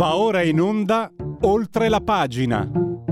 Va ora in onda Oltre la pagina.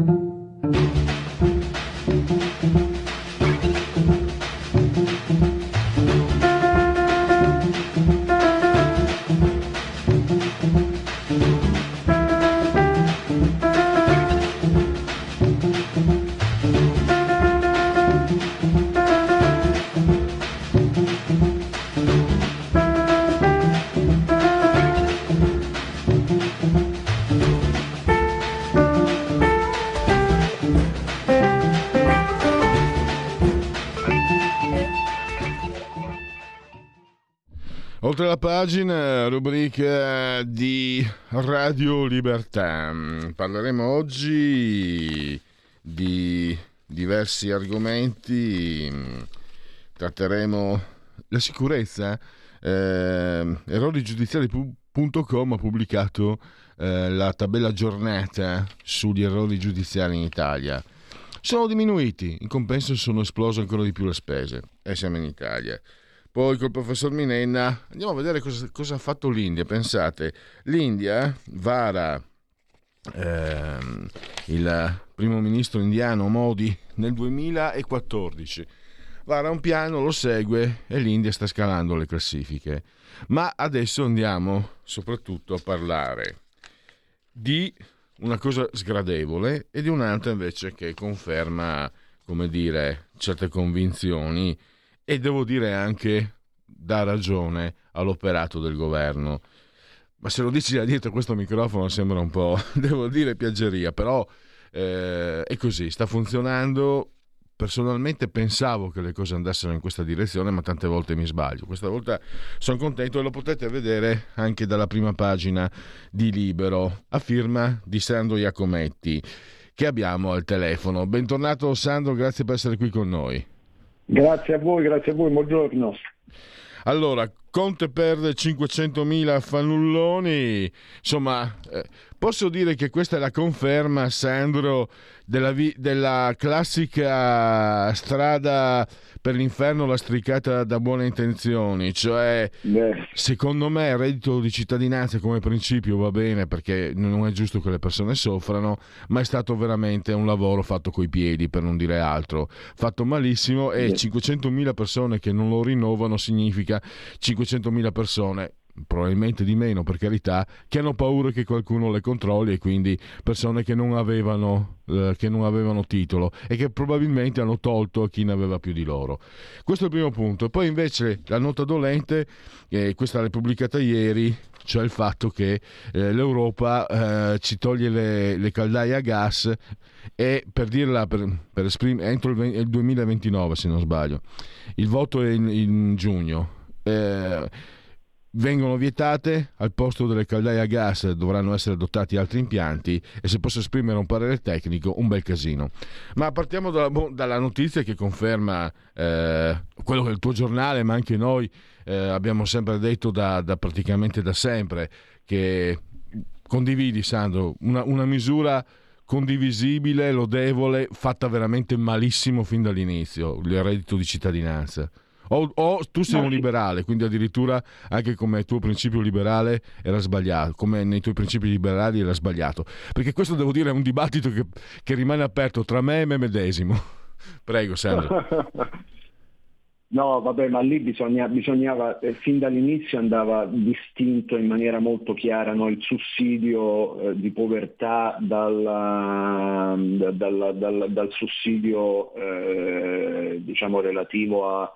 Oltre la pagina, rubrica di Radio Libertà. Parleremo oggi di diversi argomenti. Tratteremo la sicurezza. Errorigiudiziari.com ha pubblicato la tabella giornata sugli errori giudiziari in Italia. Sono diminuiti, in compenso sono esplose ancora di più le spese, e siamo in Italia. Poi col professor Minenna andiamo a vedere cosa ha fatto l'India. Pensate, l'India vara il primo ministro indiano Modi nel 2014, vara un piano, lo segue e l'India sta scalando le classifiche. Ma adesso andiamo soprattutto a parlare di una cosa sgradevole e di un'altra invece che conferma, come dire, certe convinzioni. E devo dire anche dà ragione all'operato del governo. Ma se lo dici da dietro questo microfono sembra un po', devo dire, piaggeria, però è così, sta funzionando. Personalmente pensavo che le cose andassero in questa direzione, ma tante volte mi sbaglio. Questa volta sono contento e lo potete vedere anche dalla prima pagina di Libero, a firma di Sandro Iacometti, che abbiamo al telefono. Bentornato Sandro, grazie per essere qui con noi. Grazie a voi, buongiorno. Allora, Conte perde 500.000 fannulloni, insomma, posso dire che questa è la conferma, Sandro, della classica strada per l'inferno lastricata da buone intenzioni, cioè secondo me il reddito di cittadinanza come principio va bene perché non è giusto che le persone soffrano, ma è stato veramente un lavoro fatto coi piedi, per non dire altro, fatto malissimo, e 500.000 persone che non lo rinnovano significa 500.000 persone, probabilmente di meno per carità, che hanno paura che qualcuno le controlli, e quindi persone che non avevano titolo e che probabilmente hanno tolto a chi ne aveva più di loro. Questo è il primo punto. E poi invece la nota dolente, questa l'è pubblicata ieri, cioè il fatto che l'Europa ci toglie le caldaie a gas, e per dirla per esprimere, entro il 2029 se non sbaglio, il voto è in giugno. Vengono vietate, al posto delle caldaie a gas dovranno essere adottati altri impianti, e se posso esprimere un parere tecnico, un bel casino. Ma partiamo dalla notizia che conferma quello che il tuo giornale, ma anche noi abbiamo sempre detto da praticamente da sempre, che condividi, Sandro, una misura condivisibile, lodevole, fatta veramente malissimo fin dall'inizio, il reddito di cittadinanza. O tu sei un liberale, quindi addirittura anche come tuo principio liberale era sbagliato, come nei tuoi principi liberali era sbagliato, perché questo, devo dire, è un dibattito che rimane aperto tra me e me medesimo. Prego, Sandro. No, vabbè, ma lì bisognava fin dall'inizio andava distinto in maniera molto chiara, no, il sussidio di povertà dal sussidio diciamo relativo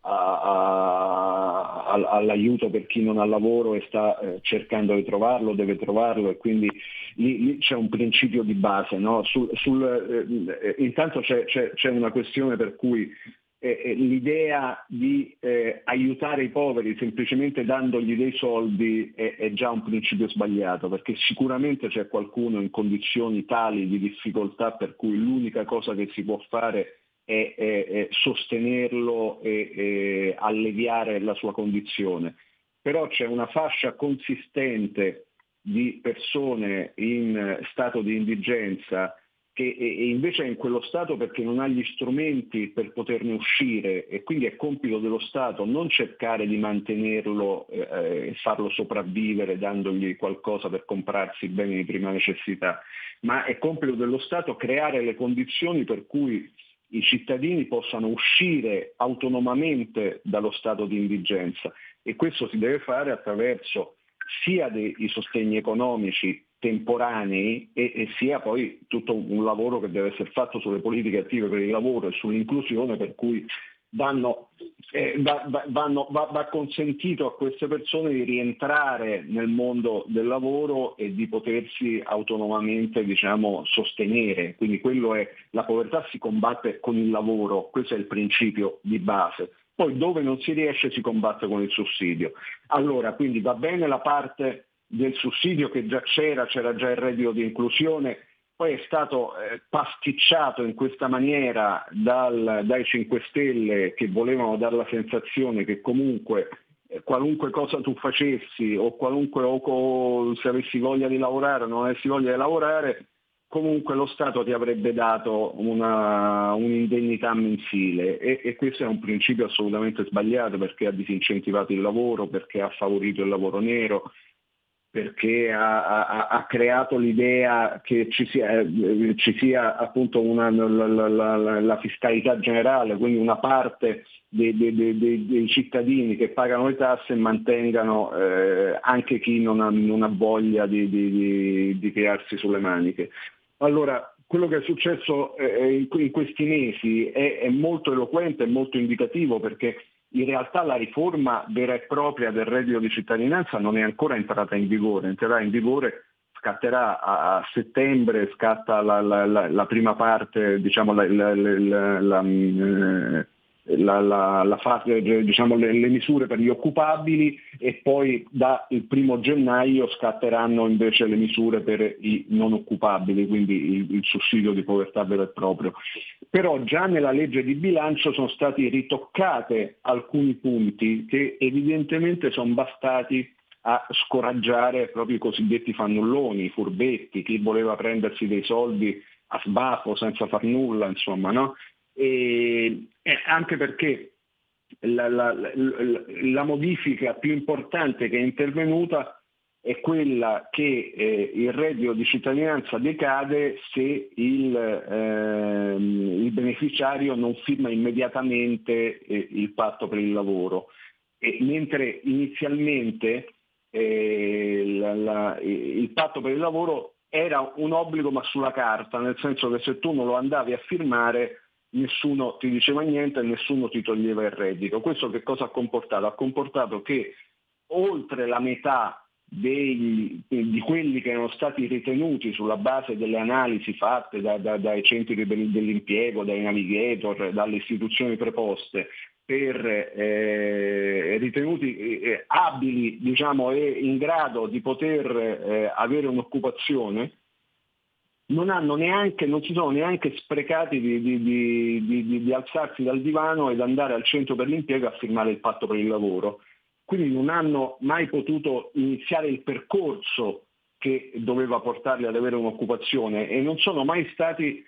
all'aiuto per chi non ha lavoro e sta cercando di trovarlo, deve trovarlo, e quindi lì c'è un principio di base, no? Intanto c'è una questione per cui l'idea di aiutare i poveri semplicemente dandogli dei soldi è già un principio sbagliato, perché sicuramente c'è qualcuno in condizioni tali di difficoltà per cui l'unica cosa che si può fare è sostenerlo e alleviare la sua condizione. Però c'è una fascia consistente di persone in stato di indigenza che invece è in quello stato perché non ha gli strumenti per poterne uscire, e quindi è compito dello Stato non cercare di mantenerlo e farlo sopravvivere dandogli qualcosa per comprarsi beni di prima necessità, ma è compito dello Stato creare le condizioni per cui i cittadini possano uscire autonomamente dallo stato di indigenza, e questo si deve fare attraverso sia dei sostegni economici temporanei e sia poi tutto un lavoro che deve essere fatto sulle politiche attive per il lavoro e sull'inclusione, per cui va consentito a queste persone di rientrare nel mondo del lavoro e di potersi autonomamente, sostenere. Quindi la povertà si combatte con il lavoro, questo è il principio di base. Poi dove non si riesce si combatte con il sussidio. Allora, quindi va bene la parte del sussidio che già c'era già il reddito di inclusione, poi è stato pasticciato in questa maniera dai 5 Stelle, che volevano dare la sensazione che comunque qualunque cosa tu facessi o se avessi voglia di lavorare o non avessi voglia di lavorare, comunque lo Stato ti avrebbe dato un'indennità mensile, e questo è un principio assolutamente sbagliato, perché ha disincentivato il lavoro, perché ha favorito il lavoro nero, perché ha creato l'idea che ci sia appunto la fiscalità generale, quindi una parte dei cittadini che pagano le tasse mantengano anche chi non ha voglia di tirarsi sulle maniche. Allora, quello che è successo in questi mesi è molto eloquente, è molto indicativo, perché in realtà la riforma vera e propria del reddito di cittadinanza non è ancora entrata in vigore, entrerà in vigore, scatterà a settembre, scatta la prima parte, la fase, le misure per gli occupabili, e poi dal 1° gennaio scatteranno invece le misure per i non occupabili, quindi il sussidio di povertà vero e proprio. Però già nella legge di bilancio sono stati ritoccati alcuni punti che evidentemente sono bastati a scoraggiare proprio i cosiddetti fannulloni, i furbetti, chi voleva prendersi dei soldi a sbafo senza far nulla, insomma, no? E anche perché la modifica più importante che è intervenuta è quella che il reddito di cittadinanza decade se il beneficiario non firma immediatamente il patto per il lavoro, mentre inizialmente il patto per il lavoro era un obbligo ma sulla carta, nel senso che se tu non lo andavi a firmare nessuno ti diceva niente e nessuno ti toglieva il reddito. Questo che cosa ha comportato? Ha comportato che oltre la metà di quelli che erano stati ritenuti sulla base delle analisi fatte dai centri dell'impiego, dai navigator, dalle istituzioni preposte, ritenuti abili, e in grado di poter avere un'occupazione, non si sono neanche sprecati di alzarsi dal divano ed andare al centro per l'impiego a firmare il patto per il lavoro. Quindi non hanno mai potuto iniziare il percorso che doveva portarli ad avere un'occupazione, e non sono mai stati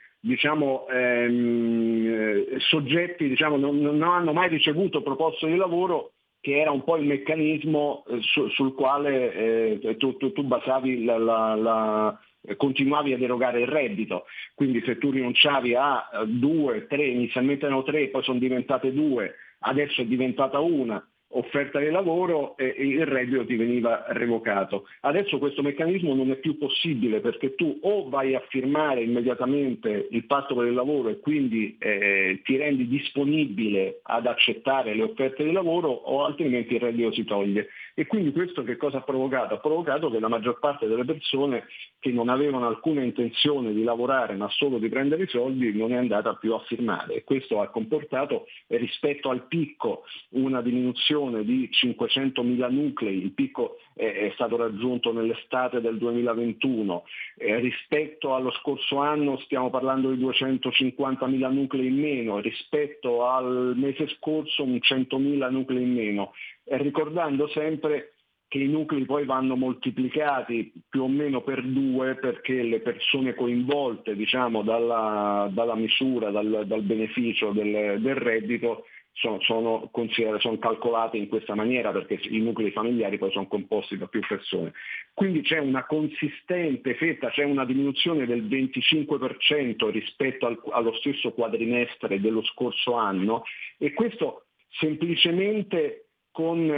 soggetti, non hanno mai ricevuto proposte di lavoro, che era un po' il meccanismo sul quale tu basavi continuavi ad erogare il reddito. Quindi se tu rinunciavi a 2, 3, inizialmente erano 3, poi sono diventate 2, adesso è diventata una offerta di lavoro, e il reddito ti veniva revocato. Adesso questo meccanismo non è più possibile, perché tu o vai a firmare immediatamente il patto per il lavoro e quindi ti rendi disponibile ad accettare le offerte di lavoro, o altrimenti il reddito si toglie. E quindi questo che cosa ha provocato? Ha provocato che la maggior parte delle persone che non avevano alcuna intenzione di lavorare ma solo di prendere i soldi non è andata più a firmare, e questo ha comportato rispetto al picco una diminuzione di 500.000 nuclei. Il picco è stato raggiunto nell'estate del 2021, rispetto allo scorso anno stiamo parlando di 250.000 nuclei in meno, rispetto al mese scorso un 100.000 nuclei in meno, ricordando sempre che i nuclei poi vanno moltiplicati più o meno per 2, perché le persone coinvolte, diciamo, dalla misura, dal beneficio del reddito sono calcolate in questa maniera, perché i nuclei familiari poi sono composti da più persone. Quindi c'è una consistente fetta, c'è una diminuzione del 25% rispetto allo stesso quadrimestre dello scorso anno, e questo semplicemente con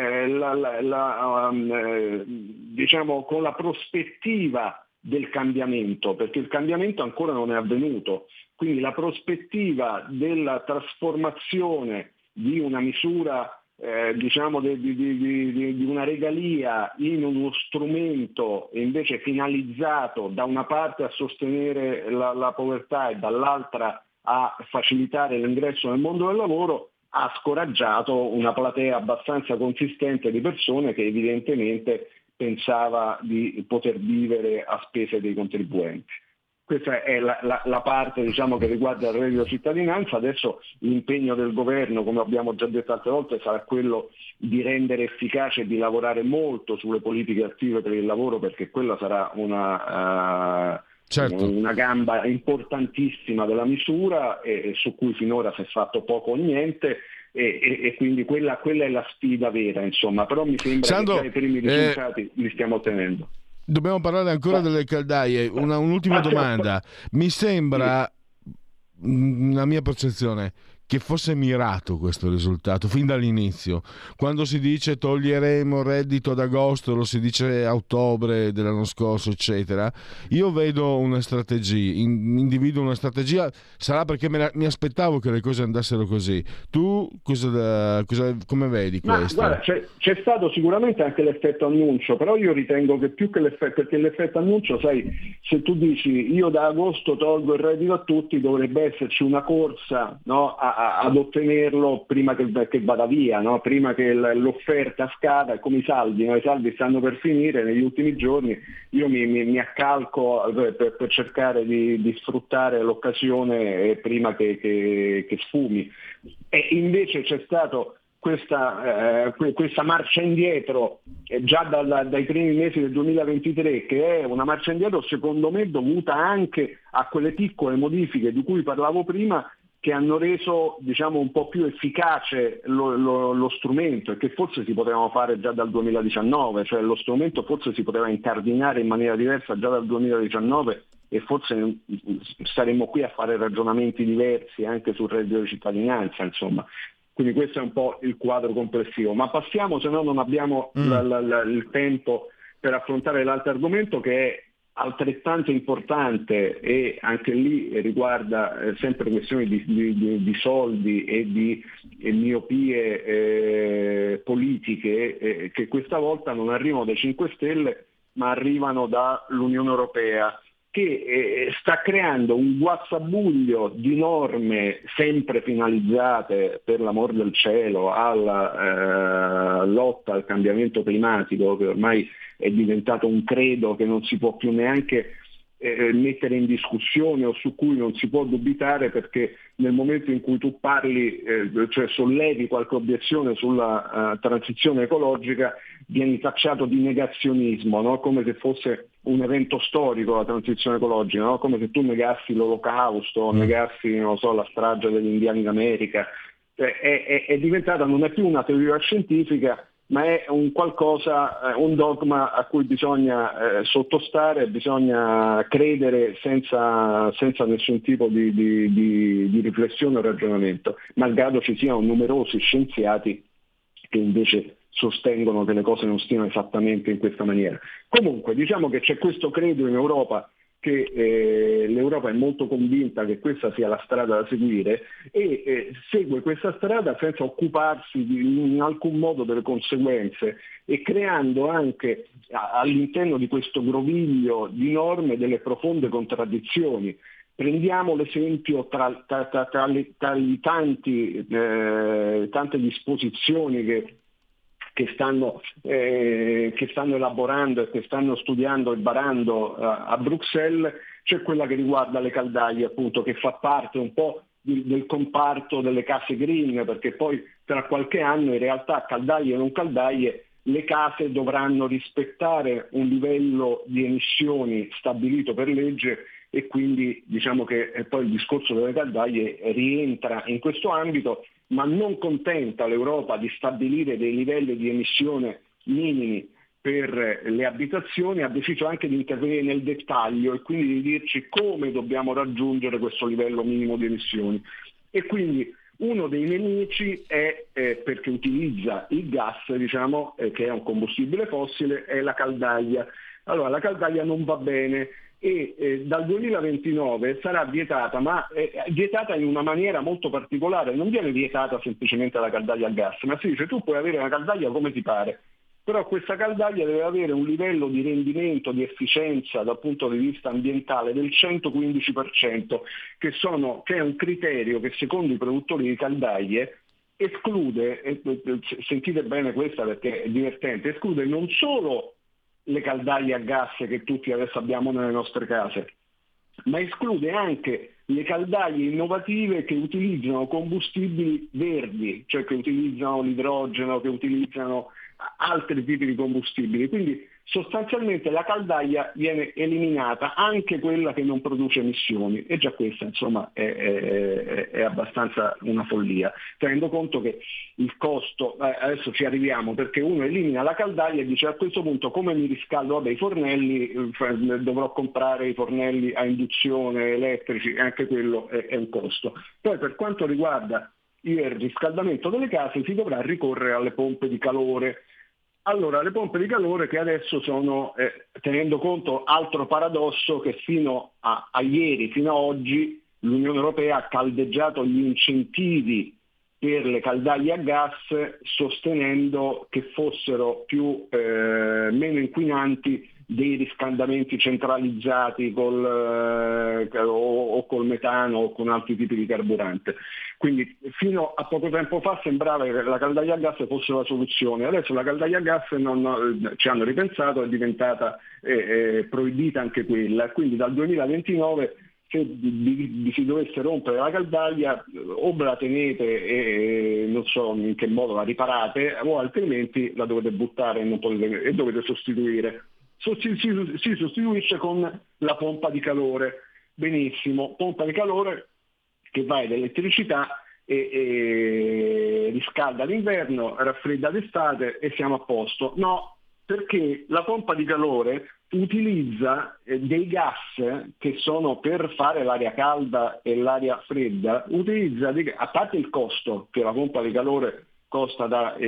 diciamo, con la prospettiva del cambiamento, perché il cambiamento ancora non è avvenuto. Quindi la prospettiva della trasformazione di una misura, diciamo di una regalia in uno strumento invece finalizzato da una parte a sostenere la povertà e dall'altra a facilitare l'ingresso nel mondo del lavoro, ha scoraggiato una platea abbastanza consistente di persone che evidentemente pensava di poter vivere a spese dei contribuenti. Questa è la parte, diciamo, che riguarda il reddito cittadinanza. Adesso l'impegno del governo, come abbiamo già detto altre volte, sarà quello di rendere efficace e di lavorare molto sulle politiche attive per il lavoro, perché quella sarà una gamba importantissima della misura, e su cui finora si è fatto poco o niente, e quindi quella è la sfida vera, insomma. Però mi sembra Sandro, che già i primi risultati li stiamo ottenendo. Dobbiamo parlare ancora delle caldaie. Un'ultima domanda. Mi sembra, una mia percezione, che fosse mirato questo risultato fin dall'inizio. Quando si dice toglieremo reddito ad agosto, lo si dice a ottobre dell'anno scorso, eccetera, io vedo una strategia, individuo una strategia. Sarà perché mi aspettavo che le cose andassero così. Tu come vedi questo? Guarda, c'è stato sicuramente anche l'effetto annuncio, però io ritengo che più che perché l'effetto annuncio, sai, se tu dici io da agosto tolgo il reddito a tutti, dovrebbe esserci una corsa, no, ad ottenerlo prima che vada via, no? Prima che l'offerta scada, come i saldi, no? I saldi stanno per finire negli ultimi giorni, io mi accalco per cercare di sfruttare l'occasione prima che sfumi. E invece c'è stato questa marcia indietro già dai primi mesi del 2023, che è una marcia indietro secondo me dovuta anche a quelle piccole modifiche di cui parlavo prima, che hanno reso, diciamo, un po' più efficace lo strumento, e che forse si potevano fare già dal 2019, cioè lo strumento forse si poteva incardinare in maniera diversa già dal 2019, e forse saremmo qui a fare ragionamenti diversi anche sul reddito di cittadinanza, insomma. Quindi questo è un po' il quadro complessivo. Ma passiamo, se no non abbiamo il tempo per affrontare l'altro argomento, che è altrettanto importante, e anche lì riguarda sempre questioni di soldi e di miopie politiche, che questa volta non arrivano dai 5 Stelle ma arrivano dall'Unione Europea, che sta creando un guazzabuglio di norme sempre finalizzate, per l'amor del cielo, alla lotta al cambiamento climatico, che ormai è diventato un credo che non si può più neanche mettere in discussione, o su cui non si può dubitare, perché nel momento in cui tu parli, cioè sollevi qualche obiezione sulla transizione ecologica, vieni tacciato di negazionismo, no? Come se fosse un evento storico la transizione ecologica, no? Come se tu negassi l'olocausto, negassi, non so, la strage degli indiani d'America. È diventata, non è più una teoria scientifica, ma è un qualcosa, un dogma a cui bisogna sottostare, bisogna credere senza nessun tipo di riflessione o ragionamento, malgrado ci siano numerosi scienziati che invece sostengono che le cose non stiano esattamente in questa maniera. Comunque, diciamo che c'è questo credo in Europa, che l'Europa è molto convinta che questa sia la strada da seguire, e segue questa strada senza occuparsi in alcun modo delle conseguenze, e creando anche all'interno di questo groviglio di norme delle profonde contraddizioni. Prendiamo l'esempio tra le tante disposizioni che stanno elaborando e che stanno studiando e varando a Bruxelles. C'è quella che riguarda le caldaie, appunto, che fa parte un po' del comparto delle case green, perché poi tra qualche anno in realtà caldaie e non caldaie le case dovranno rispettare un livello di emissioni stabilito per legge, e quindi diciamo che poi il discorso delle caldaie rientra in questo ambito, ma non contenta l'Europa di stabilire dei livelli di emissione minimi per le abitazioni, ha deciso anche di intervenire nel dettaglio e quindi di dirci come dobbiamo raggiungere questo livello minimo di emissioni. E quindi uno dei nemici è, perché utilizza il gas, diciamo, che è un combustibile fossile, è la caldaia. Allora la caldaia non va bene e dal 2029 sarà vietata, ma è vietata in una maniera molto particolare. Non viene vietata semplicemente la caldaia a gas, ma si dice tu puoi avere una caldaia come ti pare, però questa caldaia deve avere un livello di rendimento, di efficienza dal punto di vista ambientale del 115%, che è un criterio che secondo i produttori di caldaie esclude, sentite bene questa perché è divertente, esclude non solo le caldaie a gas che tutti adesso abbiamo nelle nostre case, ma esclude anche le caldaie innovative che utilizzano combustibili verdi, cioè che utilizzano l'idrogeno, che utilizzano altri tipi di combustibili. Quindi sostanzialmente la caldaia viene eliminata, anche quella che non produce emissioni, e già questa insomma è abbastanza una follia, tenendo conto che il costo, adesso ci arriviamo, perché uno elimina la caldaia e dice a questo punto come mi riscaldo? Vabbè, i fornelli, dovrò comprare i fornelli a induzione elettrici, anche quello è un costo. Poi per quanto riguarda il riscaldamento delle case si dovrà ricorrere alle pompe di calore. Allora, le pompe di calore che adesso sono, tenendo conto, altro paradosso, che fino a ieri, fino a oggi, l'Unione Europea ha caldeggiato gli incentivi per le caldaie a gas sostenendo che fossero meno inquinanti dei riscaldamenti centralizzati o col metano o con altri tipi di carburante. Quindi fino a poco tempo fa sembrava che la caldaia a gas fosse la soluzione, adesso la caldaia a gas ci hanno ripensato, è diventata proibita anche quella, quindi dal 2029 se vi si dovesse rompere la caldaia o ve la tenete e non so in che modo la riparate, o altrimenti la dovete buttare e dovete sostituire. Si sostituisce con la pompa di calore. Benissimo, pompa di calore che va in elettricità e riscalda l'inverno, raffredda d'estate e siamo a posto. No, perché la pompa di calore utilizza dei gas che sono per fare l'aria calda e l'aria fredda, a parte il costo, che la pompa di calore costa dai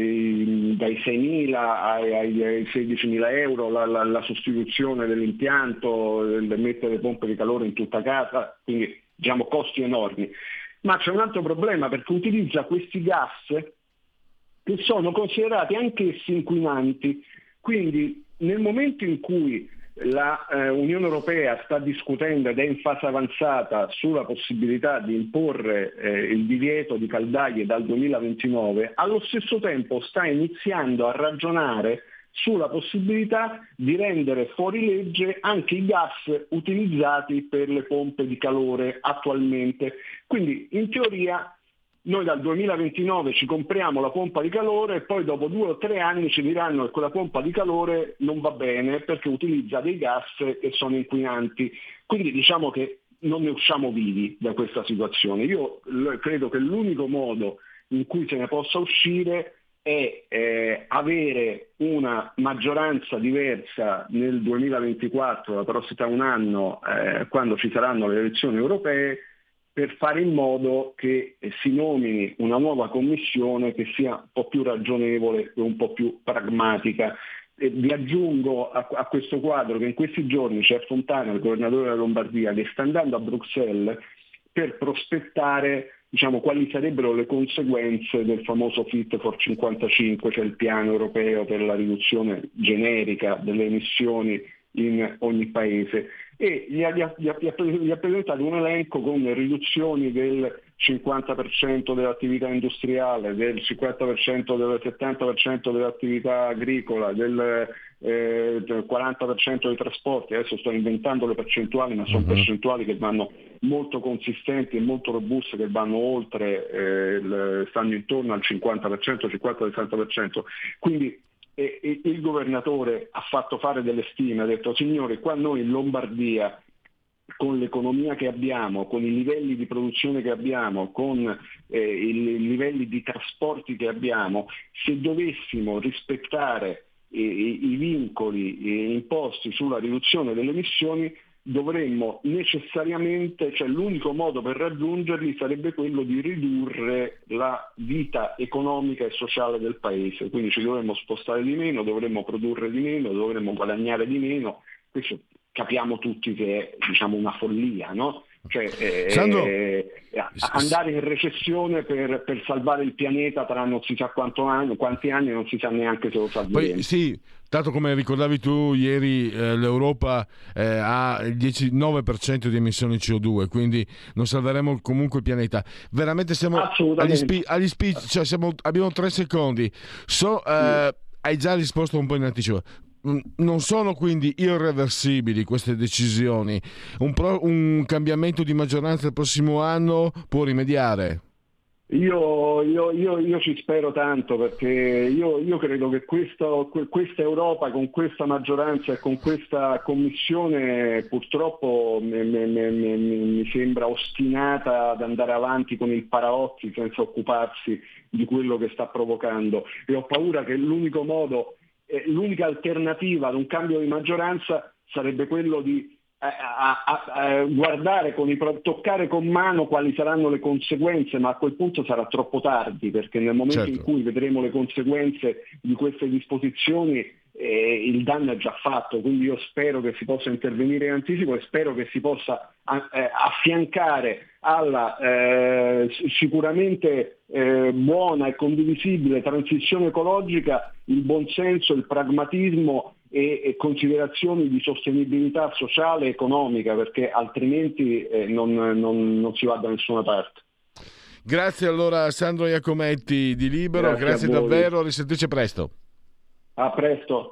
6.000 ai 16.000 euro la sostituzione dell'impianto, mettere pompe di calore in tutta casa, quindi diciamo costi enormi. Ma c'è un altro problema, perché utilizza questi gas che sono considerati anch'essi inquinanti. Quindi nel momento in cui la Unione Europea sta discutendo ed è in fase avanzata sulla possibilità di imporre il divieto di caldaie dal 2029, allo stesso tempo sta iniziando a ragionare sulla possibilità di rendere fuori legge anche i gas utilizzati per le pompe di calore attualmente. Quindi in teoria noi dal 2029 ci compriamo la pompa di calore e poi dopo 2 o 3 anni ci diranno che quella pompa di calore non va bene perché utilizza dei gas che sono inquinanti. Quindi diciamo che non ne usciamo vivi da questa situazione. Io credo che l'unico modo in cui se ne possa uscire è avere una maggioranza diversa nel 2024, però si tra un anno, quando ci saranno le elezioni europee, per fare in modo che si nomini una nuova commissione che sia un po' più ragionevole e un po' più pragmatica. E vi aggiungo a questo quadro che in questi giorni c'è Fontana, il governatore della Lombardia, che sta andando a Bruxelles per prospettare quali sarebbero le conseguenze del famoso Fit for 55, cioè il piano europeo per la riduzione generica delle emissioni in ogni paese, e gli ha presentato un elenco con riduzioni del 50% dell'attività industriale, del 50%, del 70% dell'attività agricola, del 40% dei trasporti. Adesso sto inventando le percentuali, ma sono percentuali che vanno molto consistenti e molto robuste, che vanno oltre, stanno intorno al 50%, 50-60%. Quindi e il governatore ha fatto fare delle stime, ha detto signori, qua noi in Lombardia, con l'economia che abbiamo, con i livelli di produzione che abbiamo, con i livelli di trasporti che abbiamo, se dovessimo rispettare i vincoli imposti sulla riduzione delle emissioni, dovremmo necessariamente, cioè l'unico modo per raggiungerli sarebbe quello di ridurre la vita economica e sociale del paese, quindi ci dovremmo spostare di meno, dovremmo produrre di meno, dovremmo guadagnare di meno. Questo capiamo tutti che è, diciamo, una follia, no? Cioè, andare in recessione per salvare il pianeta tra non si sa quanti anni, non si sa neanche se lo salveremo. Poi sì, tanto come ricordavi tu ieri, l'Europa ha il 9% di emissioni CO2, quindi non salveremo comunque il pianeta. Veramente siamo agli speech, cioè abbiamo 3 secondi. Hai già risposto un po' in anticipo. Non sono quindi irreversibili queste decisioni. Un cambiamento di maggioranza il prossimo anno può rimediare? Io ci spero tanto, perché io credo che questa Europa con questa maggioranza e con questa commissione purtroppo mi sembra ostinata ad andare avanti con il paraocchi senza occuparsi di quello che sta provocando, e ho paura che l'unica alternativa ad un cambio di maggioranza sarebbe quello di guardare toccare con mano quali saranno le conseguenze, ma a quel punto sarà troppo tardi, perché nel momento in cui vedremo le conseguenze di queste disposizioni il danno è già fatto. Quindi io spero che si possa intervenire in anticipo e spero che si possa affiancare alla sicuramente buona e condivisibile transizione ecologica il buonsenso, il pragmatismo e considerazioni di sostenibilità sociale e economica, perché altrimenti non si va da nessuna parte. Grazie allora Sandro Iacometti di Libero, grazie davvero, risentirci presto. A presto.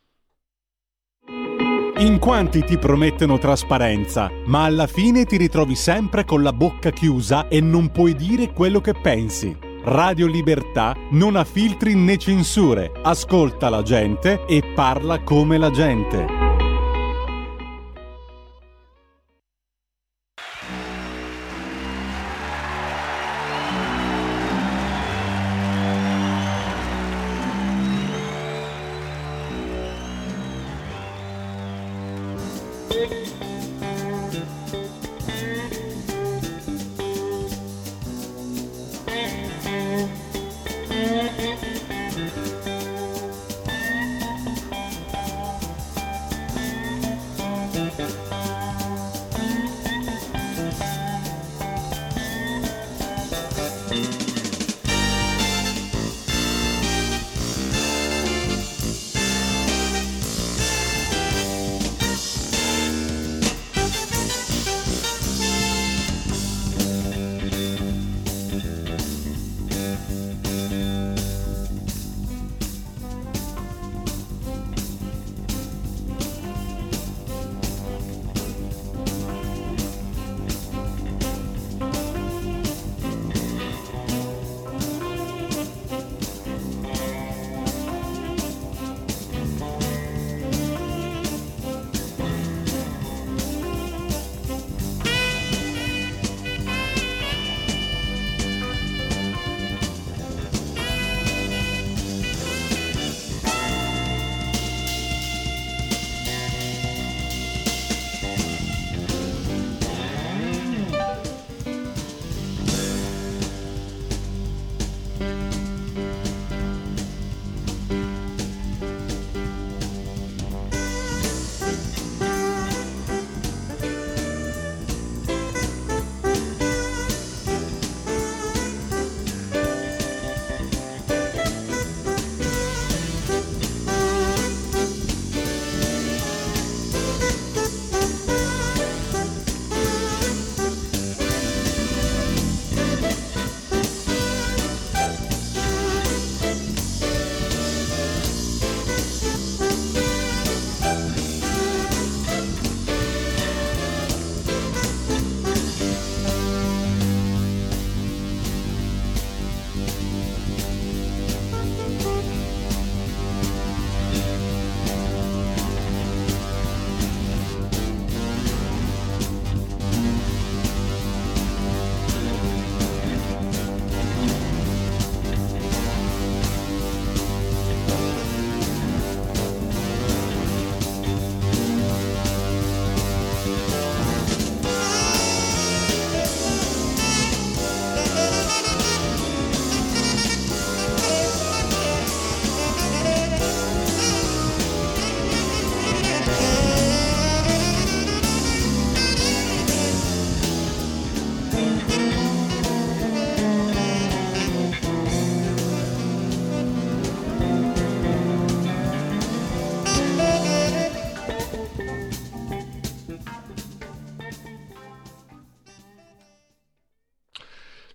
In quanti ti promettono trasparenza, ma alla fine ti ritrovi sempre con la bocca chiusa e non puoi dire quello che pensi. Radio Libertà non ha filtri né censure, ascolta la gente e parla come la gente.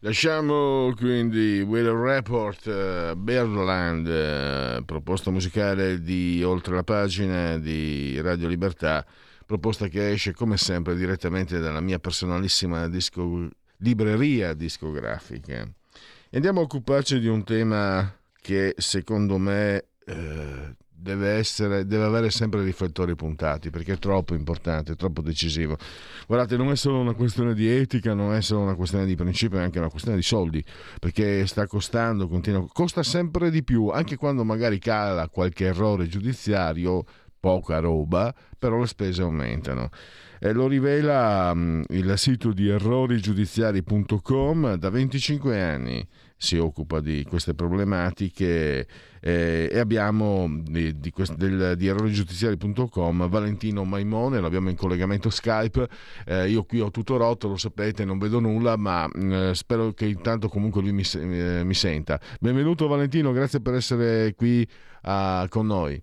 Lasciamo quindi Will Report, Birdland, proposta musicale di Oltre la pagina di Radio Libertà, proposta che esce come sempre direttamente dalla mia personalissima libreria discografica. E andiamo a occuparci di un tema che secondo me deve avere sempre riflettori puntati, perché è troppo importante, è troppo decisivo. Guardate, non è solo una questione di etica, non è solo una questione di principio, è anche una questione di soldi, perché sta costando, costa sempre di più, anche quando magari cala qualche errore giudiziario, poca roba, però le spese aumentano. E lo rivela il sito di errorigiudiziari.com. Da 25 anni si occupa di queste problematiche, e abbiamo di errorigiudiziari.com Valentino Maimone, l'abbiamo in collegamento Skype. Io qui ho tutto rotto, lo sapete, non vedo nulla, ma spero che intanto comunque lui mi senta. Benvenuto Valentino, grazie per essere qui con noi.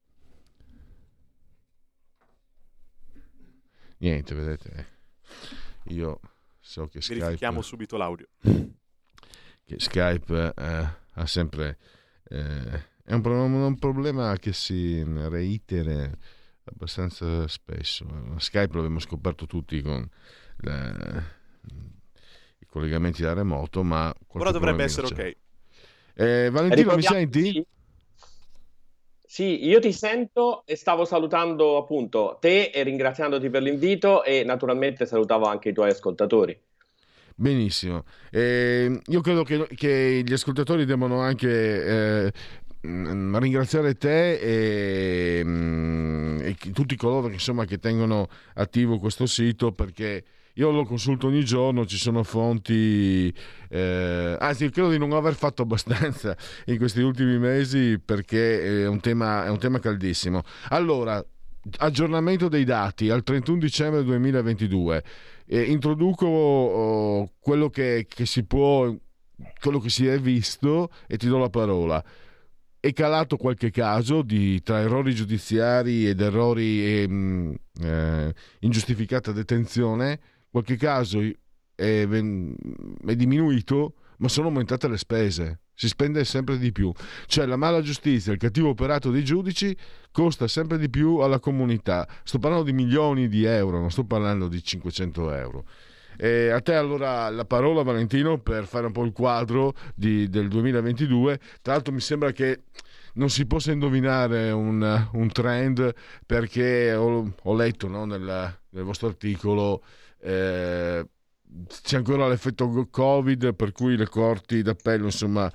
Niente, vedete, io so che Skype... Verifichiamo subito l'audio. Che Skype ha sempre... è un problema che si reitere abbastanza spesso. Skype l'abbiamo scoperto tutti con i collegamenti da remoto, ma... Ora dovrebbe essere ok. Valentino, mi senti? Sì. Sì, io ti sento e stavo salutando appunto te e ringraziandoti per l'invito, e naturalmente salutavo anche i tuoi ascoltatori. Benissimo. Io credo che gli ascoltatori devono anche ringraziare te e tutti coloro che tengono attivo questo sito, perché io lo consulto ogni giorno, ci sono fonti, anzi credo di non aver fatto abbastanza in questi ultimi mesi, perché è un tema caldissimo. Allora, aggiornamento dei dati al 31 dicembre 2022. Introduco quello che si può, quello che si è visto, e ti do la parola. È calato qualche caso tra errori giudiziari ed errori e ingiustificata detenzione. Qualche caso è diminuito, ma sono aumentate le spese. Si spende sempre di più. Cioè la mala giustizia, il cattivo operato dei giudici costa sempre di più alla comunità. Sto parlando di milioni di euro, non sto parlando di 500 euro. A te allora la parola, Valentino, per fare un po' il quadro del 2022. Tra l'altro mi sembra che non si possa indovinare un trend, perché ho letto, no, nel vostro articolo, c'è ancora l'effetto Covid, per cui le corti d'appello hanno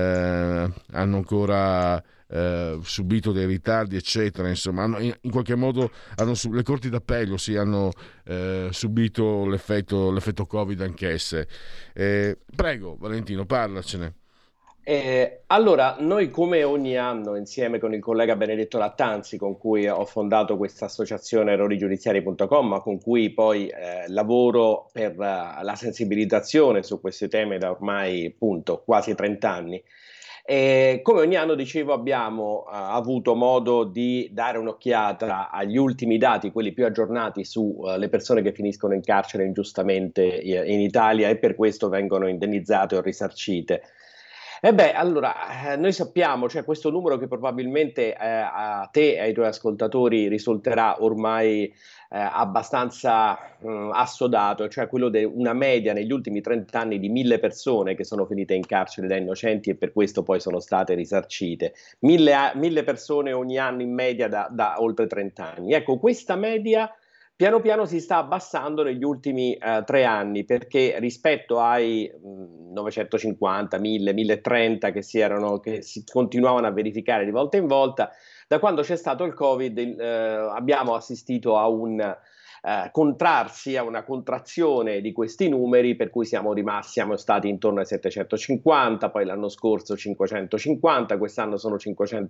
ancora subito dei ritardi, eccetera. Insomma, in qualche modo le corti d'appello hanno subito l'effetto Covid anch'esse. Prego Valentino, parlacene. Allora, noi come ogni anno, insieme con il collega Benedetto Lattanzi, con cui ho fondato questa associazione errorigiudiziari.com, ma con cui poi lavoro per la sensibilizzazione su questi temi da ormai appunto quasi 30 anni. Come ogni anno, dicevo, abbiamo avuto modo di dare un'occhiata agli ultimi dati, quelli più aggiornati sulle persone che finiscono in carcere ingiustamente in Italia, e per questo vengono indennizzate o risarcite. Allora, noi sappiamo, cioè questo numero che probabilmente a te e ai tuoi ascoltatori risulterà ormai abbastanza assodato, cioè quello di una media negli ultimi 30 anni di 1.000 persone che sono finite in carcere da innocenti e per questo poi sono state risarcite. 1.000 persone ogni anno in media da oltre 30 anni. Ecco, questa media piano piano si sta abbassando negli ultimi 3 anni, perché rispetto ai 950, 1000, 1030 che si continuavano a verificare di volta in volta, da quando c'è stato il Covid abbiamo assistito a un contrarsi, a una contrazione di questi numeri, per cui siamo stati intorno ai 750, poi l'anno scorso 550, quest'anno sono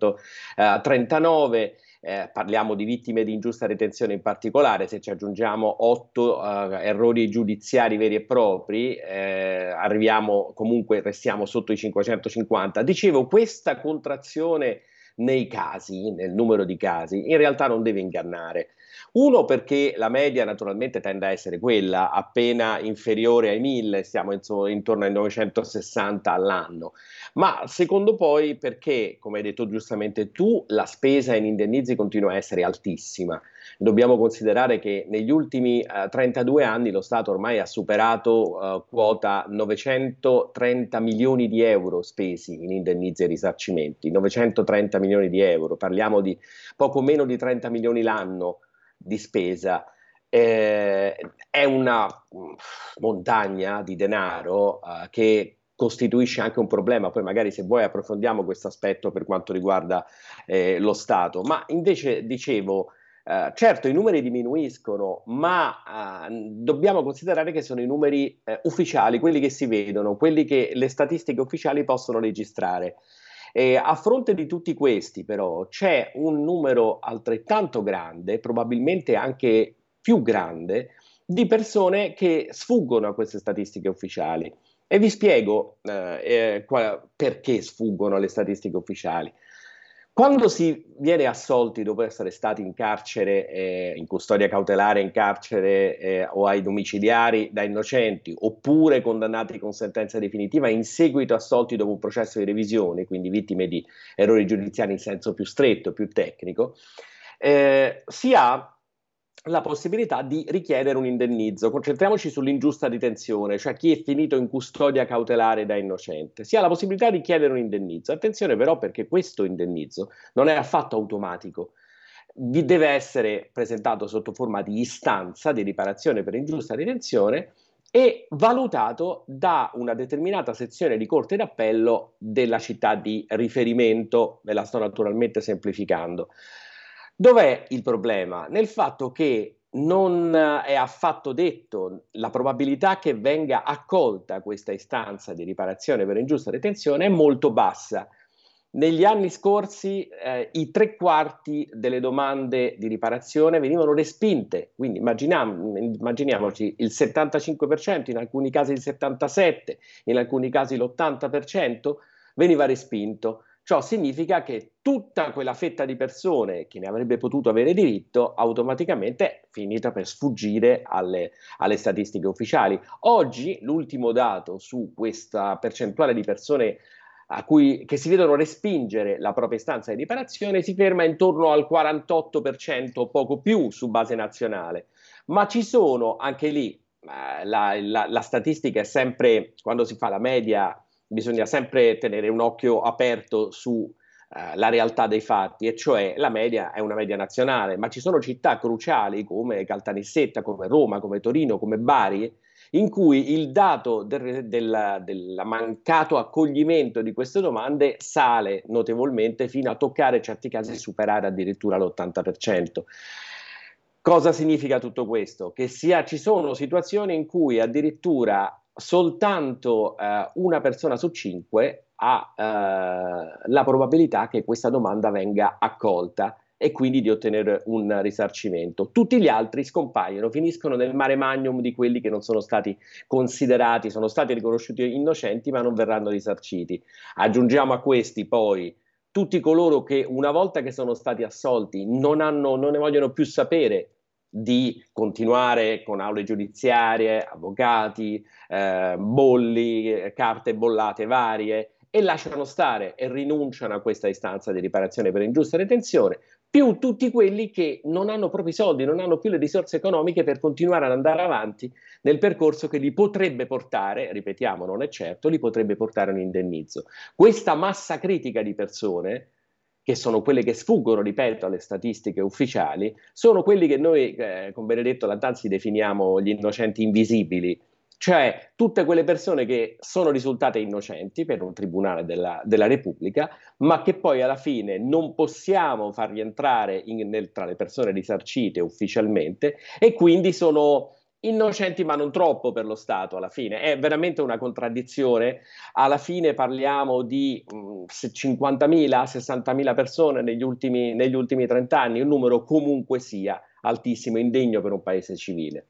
539. Parliamo di vittime di ingiusta detenzione in particolare. Se ci aggiungiamo 8 errori giudiziari veri e propri, restiamo sotto i 550. Dicevo, questa contrazione nel numero di casi, in realtà non deve ingannare. Uno, perché la media naturalmente tende a essere quella, appena inferiore ai 1000, stiamo intorno ai 960 all'anno. Ma secondo poi perché, come hai detto giustamente tu, la spesa in indennizi continua a essere altissima. Dobbiamo considerare che negli ultimi 32 anni lo Stato ormai ha superato quota 930 milioni di euro spesi in indennizi e risarcimenti, 930 milioni di euro, parliamo di poco meno di 30 milioni l'anno di spesa. È una montagna di denaro che costituisce anche un problema. Poi magari, se vuoi, approfondiamo questo aspetto per quanto riguarda lo Stato. Ma invece dicevo, certo i numeri diminuiscono, ma dobbiamo considerare che sono i numeri ufficiali, quelli che si vedono, quelli che le statistiche ufficiali possono registrare. A fronte di tutti questi, però, c'è un numero altrettanto grande, probabilmente anche più grande, di persone che sfuggono a queste statistiche ufficiali. E vi spiego perché sfuggono alle statistiche ufficiali. Quando si viene assolti dopo essere stati in carcere, in custodia cautelare, in carcere o ai domiciliari da innocenti, oppure condannati con sentenza definitiva in seguito assolti dopo un processo di revisione, quindi vittime di errori giudiziari in senso più stretto, più tecnico, si ha la possibilità di richiedere un indennizzo. Concentriamoci sull'ingiusta detenzione, cioè chi è finito in custodia cautelare da innocente. Si ha la possibilità di chiedere un indennizzo. Attenzione però, perché questo indennizzo non è affatto automatico. Vi deve essere presentato sotto forma di istanza di riparazione per ingiusta detenzione e valutato da una determinata sezione di corte d'appello della città di riferimento. Ve la sto naturalmente semplificando. Dov'è il problema? Nel fatto che non è affatto detto la probabilità che venga accolta questa istanza di riparazione per ingiusta detenzione è molto bassa. Negli anni scorsi i 3/4 delle domande di riparazione venivano respinte, quindi immaginiamoci il 75%, in alcuni casi il 77%, in alcuni casi l'80% veniva respinto. Ciò significa che tutta quella fetta di persone che ne avrebbe potuto avere diritto automaticamente è finita per sfuggire alle statistiche ufficiali. Oggi l'ultimo dato su questa percentuale di persone che si vedono respingere la propria istanza di riparazione si ferma intorno al 48% o poco più su base nazionale. Ma ci sono anche lì, la statistica è sempre, quando si fa la media, bisogna sempre tenere un occhio aperto su la realtà dei fatti, e cioè la media è una media nazionale, ma ci sono città cruciali come Caltanissetta, come Roma, come Torino, come Bari, in cui il dato del mancato accoglimento di queste domande sale notevolmente fino a toccare in certi casi superare addirittura l'80%. Cosa significa tutto questo? Che ci sono situazioni in cui addirittura soltanto una persona su 5 ha la probabilità che questa domanda venga accolta e quindi di ottenere un risarcimento. Tutti gli altri scompaiono, finiscono nel mare magnum di quelli che non sono stati considerati, sono stati riconosciuti innocenti ma non verranno risarciti. Aggiungiamo a questi poi tutti coloro che una volta che sono stati assolti non ne vogliono più sapere di continuare con aule giudiziarie, avvocati, bolli, carte bollate varie, e lasciano stare e rinunciano a questa istanza di riparazione per ingiusta detenzione, più tutti quelli che non hanno proprio i soldi, non hanno più le risorse economiche per continuare ad andare avanti nel percorso che li potrebbe portare, ripetiamo, non è certo, li potrebbe portare a un indennizzo. Questa massa critica di persone, che sono quelle che sfuggono, ripeto, alle statistiche ufficiali, sono quelli che noi con Benedetto Lattanzi definiamo gli innocenti invisibili, cioè tutte quelle persone che sono risultate innocenti per un tribunale della Repubblica, ma che poi alla fine non possiamo far rientrare tra le persone risarcite ufficialmente, e quindi sono innocenti ma non troppo per lo Stato. Alla fine è veramente una contraddizione. Alla fine parliamo di 50.000, 60.000 persone negli ultimi 30 anni, un numero comunque sia altissimo, indegno per un paese civile.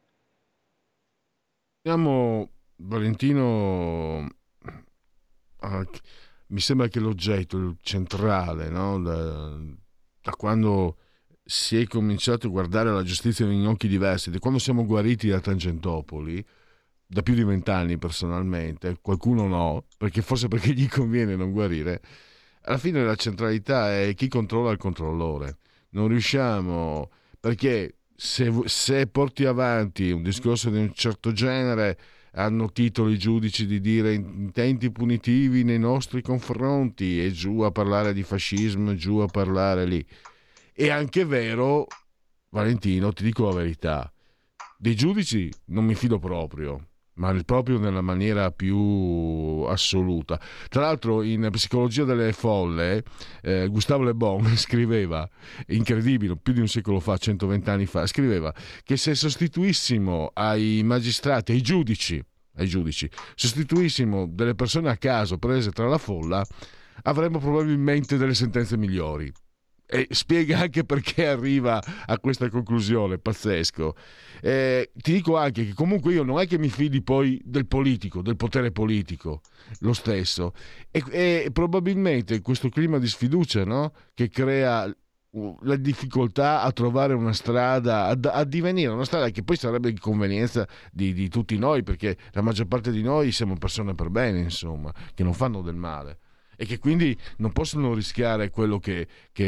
Valentino, mi sembra che l'oggetto centrale, no? Da quando si è cominciato a guardare la giustizia in occhi diversi, da quando siamo guariti da Tangentopoli, da più di 20 anni personalmente, qualcuno no, forse perché gli conviene non guarire, alla fine la centralità è chi controlla il controllore. Non riusciamo, perché se porti avanti un discorso di un certo genere, hanno titolo i giudici di dire intenti punitivi nei nostri confronti, e giù a parlare di fascismo, giù a parlare lì. È anche vero, Valentino, ti dico la verità, dei giudici non mi fido proprio, ma proprio nella maniera più assoluta. Tra l'altro in Psicologia delle folle Gustave Le Bon scriveva, incredibile, più di un secolo fa, 120 anni fa, scriveva che se sostituissimo ai magistrati, ai giudici, sostituissimo delle persone a caso prese tra la folla, avremmo probabilmente delle sentenze migliori. E spiega anche perché arriva a questa conclusione, pazzesco. Ti dico anche che comunque io non è che mi fidi poi del politico, del potere politico, lo stesso, e probabilmente questo clima di sfiducia, no? Che crea la difficoltà a trovare una strada, a divenire una strada che poi sarebbe di convenienza di tutti noi, perché la maggior parte di noi siamo persone per bene, insomma, che non fanno del male, e che quindi non possono rischiare quello che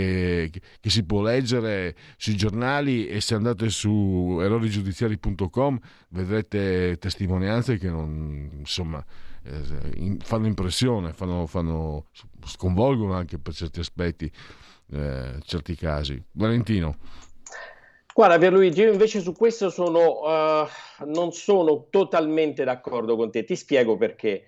si può leggere sui giornali, e se andate su errorigiudiziari.com vedrete testimonianze che non, insomma, fanno impressione, sconvolgono anche per certi aspetti, certi casi. Valentino. Guarda Pierluigi, io invece su questo non sono totalmente d'accordo con te, ti spiego perché.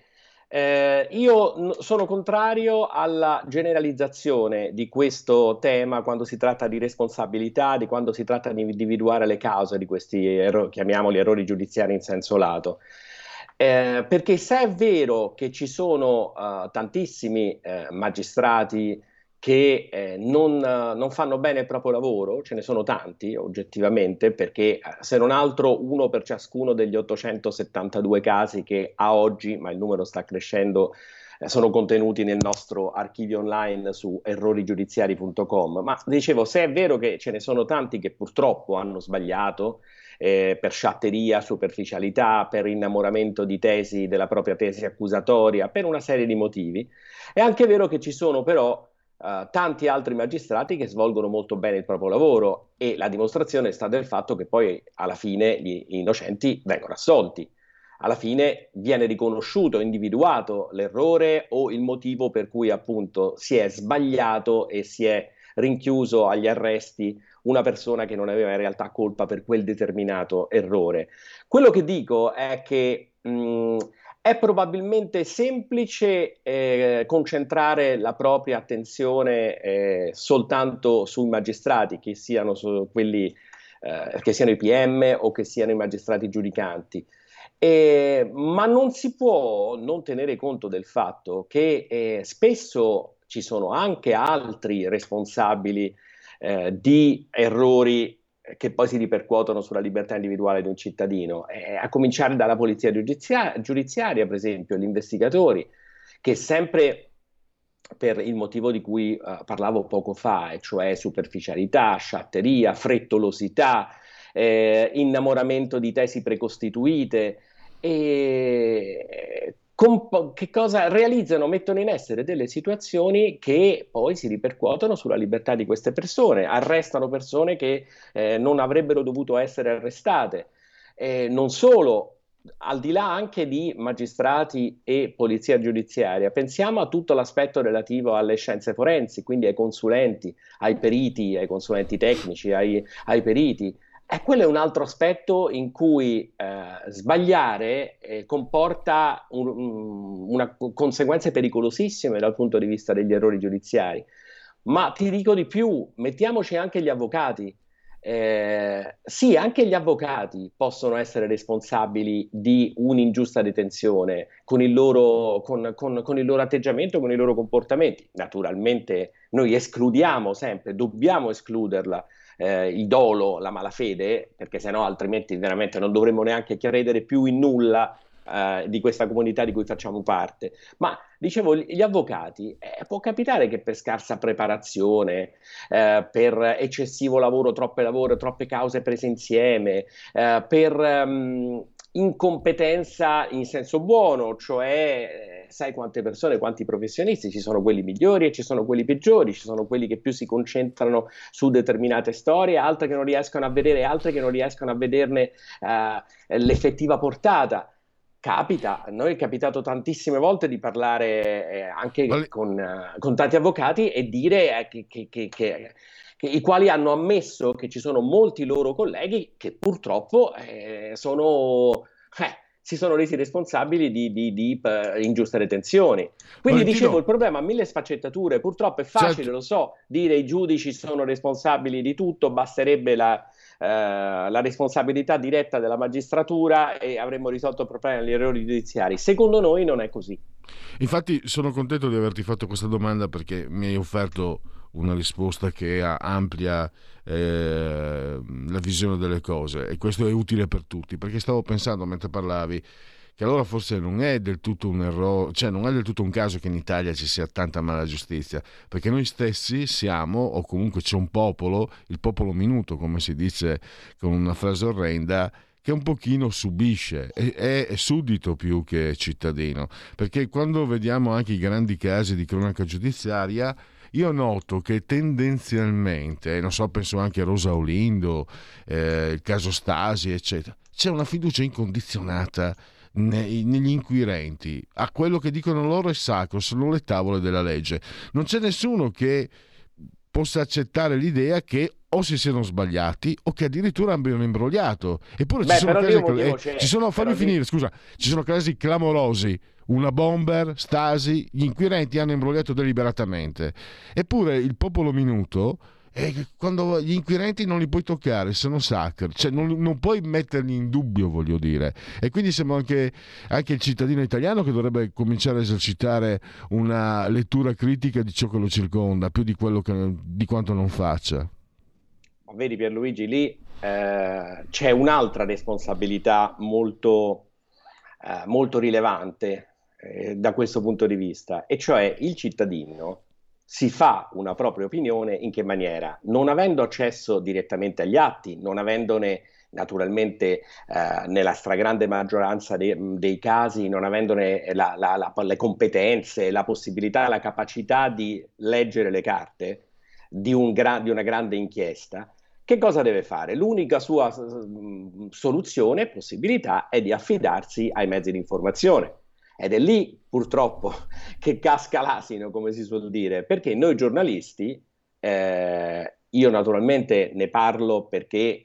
Io sono contrario alla generalizzazione di questo tema quando si tratta di responsabilità, di quando si tratta di individuare le cause di questi errori, chiamiamoli errori giudiziari in senso lato. Perché se è vero che ci sono tantissimi magistrati che non fanno bene il proprio lavoro, ce ne sono tanti oggettivamente, perché se non altro uno per ciascuno degli 872 casi che a oggi, ma il numero sta crescendo, sono contenuti nel nostro archivio online su errorigiudiziari.com. Ma dicevo, se è vero che ce ne sono tanti che purtroppo hanno sbagliato, per sciatteria, superficialità, per innamoramento di tesi, della propria tesi accusatoria, per una serie di motivi, è anche vero che ci sono però tanti altri magistrati che svolgono molto bene il proprio lavoro, e la dimostrazione sta del fatto che poi alla fine gli innocenti vengono assolti. Alla fine viene riconosciuto, individuato l'errore o il motivo per cui appunto si è sbagliato e si è rinchiuso agli arresti una persona che non aveva in realtà colpa per quel determinato errore. Quello che dico è che è probabilmente semplice concentrare la propria attenzione soltanto sui magistrati, che siano quelli che siano i PM o che siano i magistrati giudicanti. Ma non si può non tenere conto del fatto che spesso ci sono anche altri responsabili di errori che poi si ripercuotono sulla libertà individuale di un cittadino, a cominciare dalla polizia giudiziaria, per esempio, gli investigatori, che sempre per il motivo di cui parlavo poco fa, e cioè superficialità, sciatteria, frettolosità, innamoramento di tesi precostituite, che cosa realizzano, mettono in essere delle situazioni che poi si ripercuotono sulla libertà di queste persone, arrestano persone che non avrebbero dovuto essere arrestate, non solo, al di là anche di magistrati e polizia giudiziaria. Pensiamo a tutto l'aspetto relativo alle scienze forensi, quindi ai consulenti, ai periti, ai consulenti tecnici, ai periti. Quello è un altro aspetto in cui sbagliare comporta conseguenze pericolosissime dal punto di vista degli errori giudiziari. Ma ti dico di più, mettiamoci anche gli avvocati. Sì, anche gli avvocati possono essere responsabili di un'ingiusta detenzione con il loro atteggiamento, con i loro comportamenti. Naturalmente noi escludiamo sempre, dobbiamo escluderla, il dolo, la malafede, perché sennò altrimenti veramente non dovremmo neanche credere più in nulla di questa comunità di cui facciamo parte. Ma dicevo, gli avvocati, può capitare che per scarsa preparazione, per eccessivo lavoro, troppe cause prese insieme, per incompetenza in senso buono, cioè sai quante persone, quanti professionisti, ci sono quelli migliori e ci sono quelli peggiori, ci sono quelli che più si concentrano su determinate storie, altre che non riescono a vedere, altre che non riescono a vederne l'effettiva portata. Capita, a noi è capitato tantissime volte di parlare anche con tanti avvocati e dire che i quali hanno ammesso che ci sono molti loro colleghi che purtroppo si sono resi responsabili di ingiuste retenzioni. Quindi Valentino, dicevo, il problema ha mille sfaccettature, purtroppo è facile, certo. Lo so, dire i giudici sono responsabili di tutto, basterebbe la responsabilità diretta della magistratura e avremmo risolto il problema degli errori giudiziari. Secondo noi non è così. Infatti sono contento di averti fatto questa domanda, perché mi hai offerto una risposta che amplia la visione delle cose, e questo è utile per tutti, perché stavo pensando mentre parlavi che allora forse non è del tutto un errore, cioè non è del tutto un caso che in Italia ci sia tanta mala giustizia, perché noi stessi siamo, o comunque c'è un popolo, il popolo minuto, come si dice con una frase orrenda, che un pochino subisce, è suddito più che cittadino, perché quando vediamo anche i grandi casi di cronaca giudiziaria, io noto che tendenzialmente, non so, penso anche a Rosa Olindo, il caso Stasi, eccetera, c'è una fiducia incondizionata negli inquirenti, a quello che dicono loro è sacro, sono le tavole della legge. Non c'è nessuno che possa accettare l'idea che o si siano sbagliati o che addirittura abbiano imbrogliato. Eppure ci sono casi clamorosi, una bomber, Stasi, gli inquirenti hanno imbrogliato deliberatamente. Eppure il popolo minuto, quando gli inquirenti non li puoi toccare, sono sacri, cioè non puoi metterli in dubbio, voglio dire. E quindi sembra anche il cittadino italiano che dovrebbe cominciare a esercitare una lettura critica di ciò che lo circonda, più di quanto non faccia. Vedi Pierluigi, lì c'è un'altra responsabilità molto rilevante da questo punto di vista, e cioè il cittadino si fa una propria opinione in che maniera? Non avendo accesso direttamente agli atti, non avendone naturalmente nella stragrande maggioranza dei casi, non avendone le competenze, la possibilità, la capacità di leggere le carte di una grande inchiesta. Che cosa deve fare? L'unica sua soluzione, possibilità, è di affidarsi ai mezzi di informazione. Ed è lì, purtroppo, che casca l'asino, come si suol dire, perché noi giornalisti, io naturalmente ne parlo perché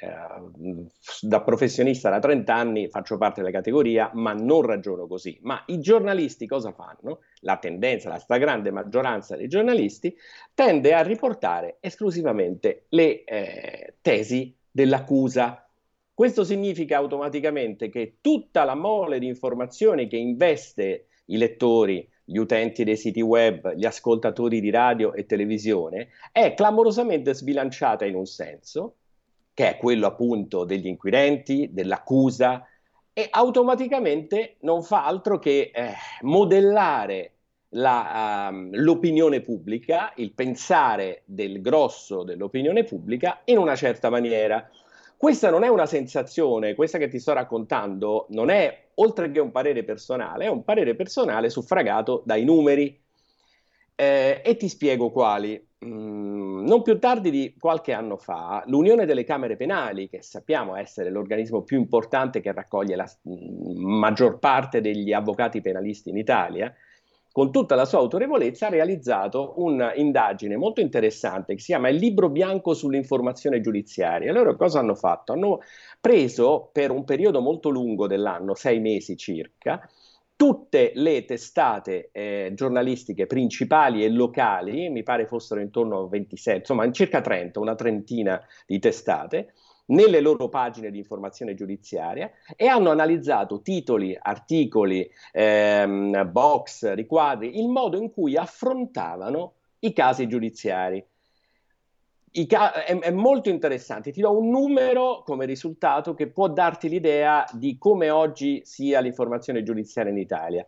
da professionista da 30 anni faccio parte della categoria, ma non ragiono così. Ma i giornalisti cosa fanno? La tendenza, la stragrande maggioranza dei giornalisti tende a riportare esclusivamente le tesi dell'accusa. Questo significa automaticamente che tutta la mole di informazioni che investe i lettori, gli utenti dei siti web, gli ascoltatori di radio e televisione, è clamorosamente sbilanciata in un senso, che è quello appunto degli inquirenti, dell'accusa, e automaticamente non fa altro che modellare l'opinione pubblica, il pensare del grosso dell'opinione pubblica in una certa maniera. Questa non è una sensazione, questa che ti sto raccontando non è, oltre che un parere personale, è un parere personale suffragato dai numeri. E ti spiego quali. Non più tardi di qualche anno fa, l'Unione delle Camere Penali, che sappiamo essere l'organismo più importante che raccoglie la maggior parte degli avvocati penalisti in Italia, con tutta la sua autorevolezza ha realizzato un'indagine molto interessante che si chiama il Libro Bianco sull'informazione giudiziaria. Loro cosa hanno fatto? Hanno preso per un periodo molto lungo dell'anno, 6 mesi circa, tutte le testate giornalistiche principali e locali, mi pare fossero intorno a 26, insomma circa 30, una trentina di testate, nelle loro pagine di informazione giudiziaria, e hanno analizzato titoli, articoli, box, riquadri, il modo in cui affrontavano i casi giudiziari. è molto interessante. Ti do un numero come risultato che può darti l'idea di come oggi sia l'informazione giudiziaria in Italia.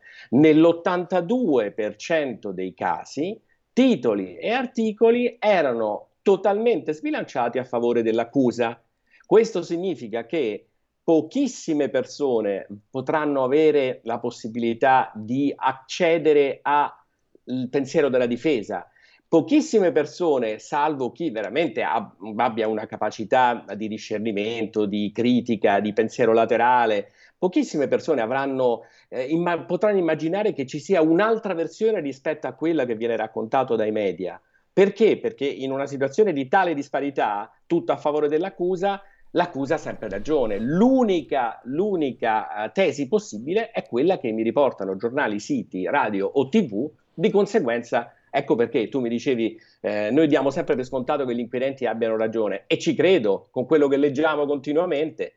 Nell'82% dei casi, titoli e articoli erano totalmente sbilanciati a favore dell'accusa. Questo significa che pochissime persone potranno avere la possibilità di accedere al pensiero della difesa. Pochissime persone, salvo chi veramente abbia una capacità di discernimento, di critica, di pensiero laterale, pochissime persone potranno immaginare che ci sia un'altra versione rispetto a quella che viene raccontato dai media. Perché? Perché in una situazione di tale disparità, tutto a favore dell'accusa, l'accusa ha sempre ragione. L'unica tesi possibile è quella che mi riportano giornali, siti, radio o TV. Di conseguenza, ecco perché tu mi dicevi, noi diamo sempre per scontato che gli inquirenti abbiano ragione, e ci credo con quello che leggiamo continuamente.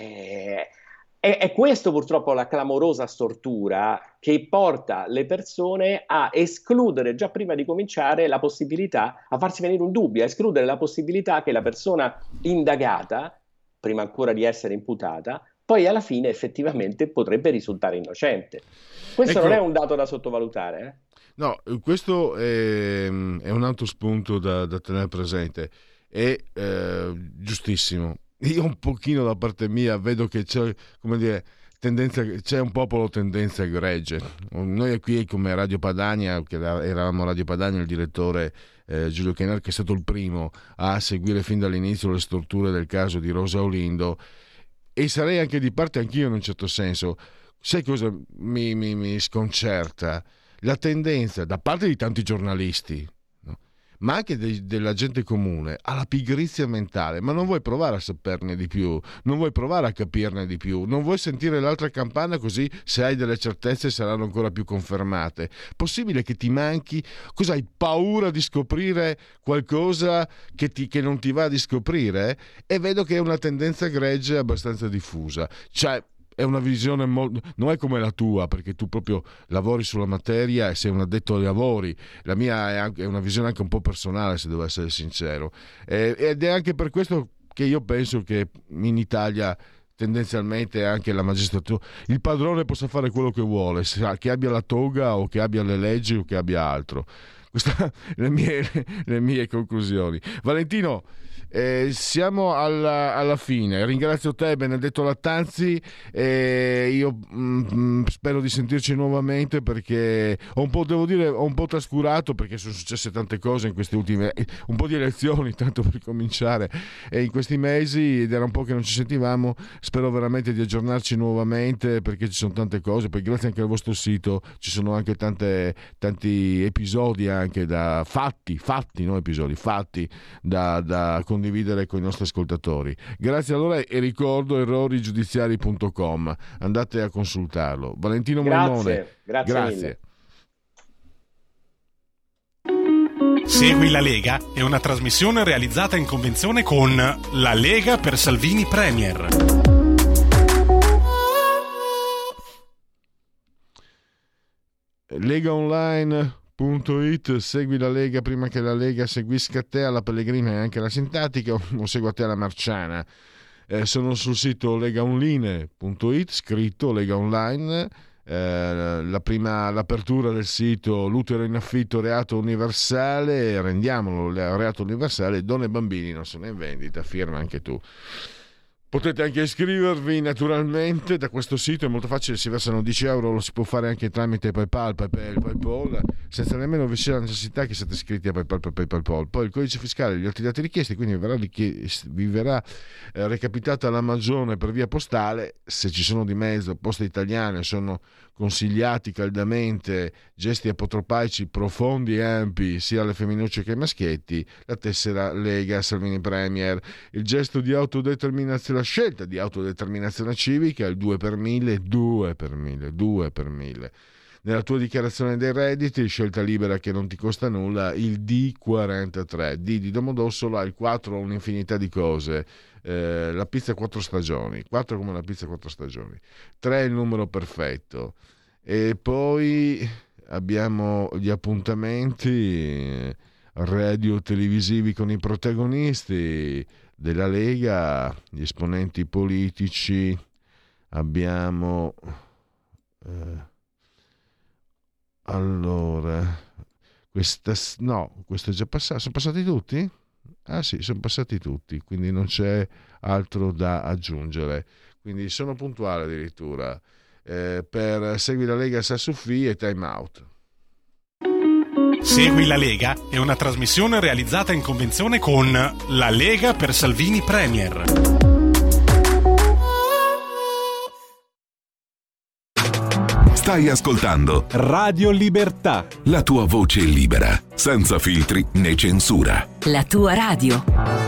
È questo purtroppo la clamorosa stortura che porta le persone a escludere già prima di cominciare la possibilità, a farsi venire un dubbio, a escludere la possibilità che la persona indagata, prima ancora di essere imputata, poi alla fine effettivamente potrebbe risultare innocente. Questo non è un dato da sottovalutare. No, questo è un altro spunto da tenere presente. È giustissimo. Io un pochino da parte mia vedo che c'è, come dire, c'è un popolo tendenza gregge. Noi qui come Radio Padania, che eravamo Radio Padania, il direttore Giulio Chenar, che è stato il primo a seguire fin dall'inizio le storture del caso di Rosa Olindo, e sarei anche di parte anch'io in un certo senso. Sai cosa mi sconcerta? La tendenza da parte di tanti giornalisti, no? Ma anche della gente comune, alla pigrizia mentale. Ma non vuoi provare a saperne di più, non vuoi provare a capirne di più, non vuoi sentire l'altra campana, così se hai delle certezze saranno ancora più confermate. Possibile che ti manchi? Cosa hai paura di scoprire qualcosa che non ti va di scoprire? E vedo che è una tendenza gregge abbastanza diffusa. Cioè, è una visione non è come la tua, perché tu proprio lavori sulla materia e sei un addetto ai lavori. La mia è una visione anche un po' personale, se devo essere sincero, ed è anche per questo che io penso che in Italia tendenzialmente anche la magistratura, il padrone possa fare quello che vuole, che abbia la toga o che abbia le leggi o che abbia altro. Queste le mie conclusioni. Valentino, siamo alla fine. Ringrazio te, Benedetto Lattanzi, io spero di sentirci nuovamente, perché ho un po' trascurato, perché sono successe tante cose in queste ultime, un po' di elezioni tanto per cominciare, e in questi mesi, ed era un po' che non ci sentivamo. Spero veramente di aggiornarci nuovamente, perché ci sono tante cose, perché grazie anche al vostro sito ci sono anche tanti episodi, anche da fatti da condividere con i nostri ascoltatori. Grazie allora, e ricordo errorigiudiziari.com, andate a consultarlo. Valentino Maimone, grazie. Segui la Lega è una trasmissione realizzata in convenzione con La Lega per Salvini Premier. Legaonline.it, segui la Lega prima che la Lega seguisca te, alla Pellegrina e anche la sintattica, o segua te alla Marciana. Sono sul sito legaonline.it, scritto Lega Online. L'apertura del sito: l'utero in affitto, reato universale, rendiamolo reato universale, donne e bambini non sono in vendita, firma anche tu. Potete anche iscrivervi naturalmente da questo sito, è molto facile, si versano 10 euro, lo si può fare anche tramite PayPal, senza nemmeno vi sia la necessità che siate iscritti a PayPal. Poi il codice fiscale, gli altri dati richiesti, quindi vi verrà recapitata la magione per via postale. Se ci sono di mezzo Poste Italiane, sono consigliati caldamente gesti apotropaici profondi e ampi sia alle femminucce che ai maschietti, la tessera Lega Salvini Premier, il gesto di autodeterminazione, la scelta di autodeterminazione civica, il 2 per 1000. Nella tua dichiarazione dei redditi, scelta libera che non ti costa nulla, il D43, D di Domodossola, il 4 un'infinità di cose, la pizza 4 stagioni, 4 come la pizza 4 stagioni, 3 il numero perfetto, e poi abbiamo gli appuntamenti radio-televisivi con i protagonisti della Lega, gli esponenti politici. Abbiamo allora questa è già passato. Sono passati tutti? Ah sì, sono passati tutti, quindi non c'è altro da aggiungere, quindi sono puntuale addirittura. Per Segui la Lega Sassufi e Time Out. Segui la Lega è una trasmissione realizzata in convenzione con La Lega per Salvini Premier. Stai ascoltando Radio Libertà, la tua voce libera, senza filtri né censura. La tua radio.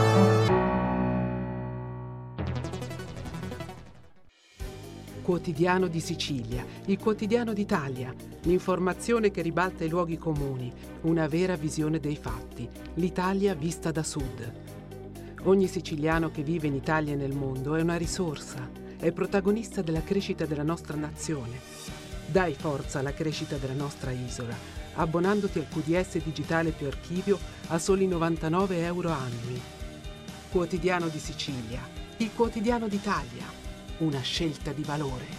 Quotidiano di Sicilia, il quotidiano d'Italia, l'informazione che ribalta i luoghi comuni, una vera visione dei fatti, l'Italia vista da sud. Ogni siciliano che vive in Italia e nel mondo è una risorsa, è protagonista della crescita della nostra nazione. Dai forza alla crescita della nostra isola, abbonandoti al QDS digitale più archivio a soli 99 euro annui. Quotidiano di Sicilia, il quotidiano d'Italia. Una scelta di valore.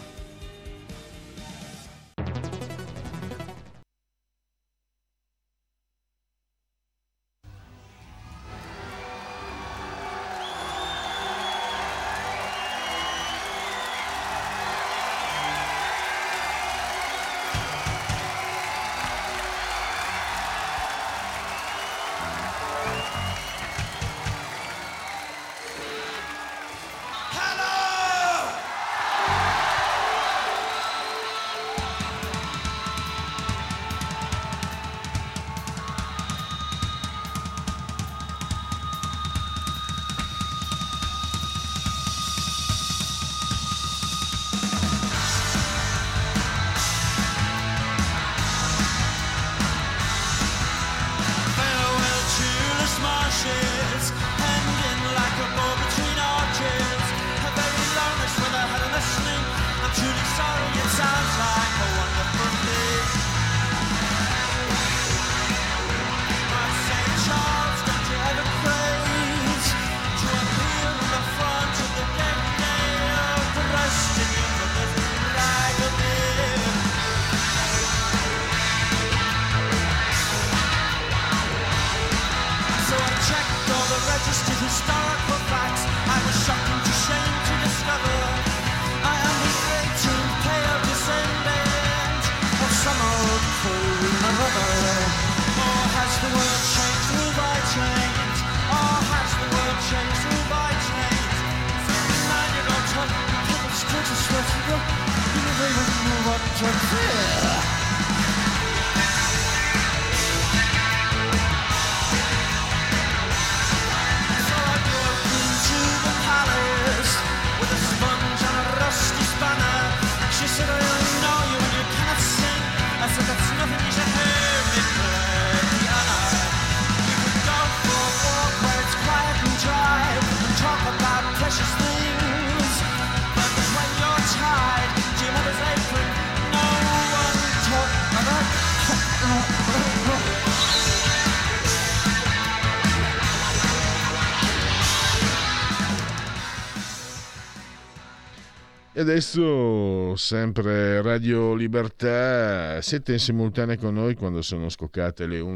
E adesso sempre Radio Libertà, siete in simultanea con noi quando sono scoccate le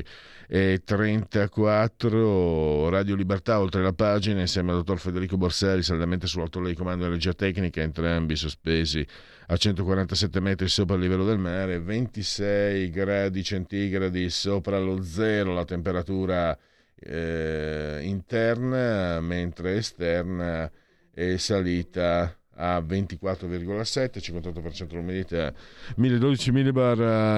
11:34. Radio Libertà, oltre la pagina, insieme al dottor Federico Borsari, saldamente sull'altolare di comando di regia tecnica, entrambi sospesi a 147 metri sopra il livello del mare, 26 gradi centigradi sopra lo zero la temperatura interna, mentre esterna è salita a 24,7, 58% l'umidità, 1012 millibar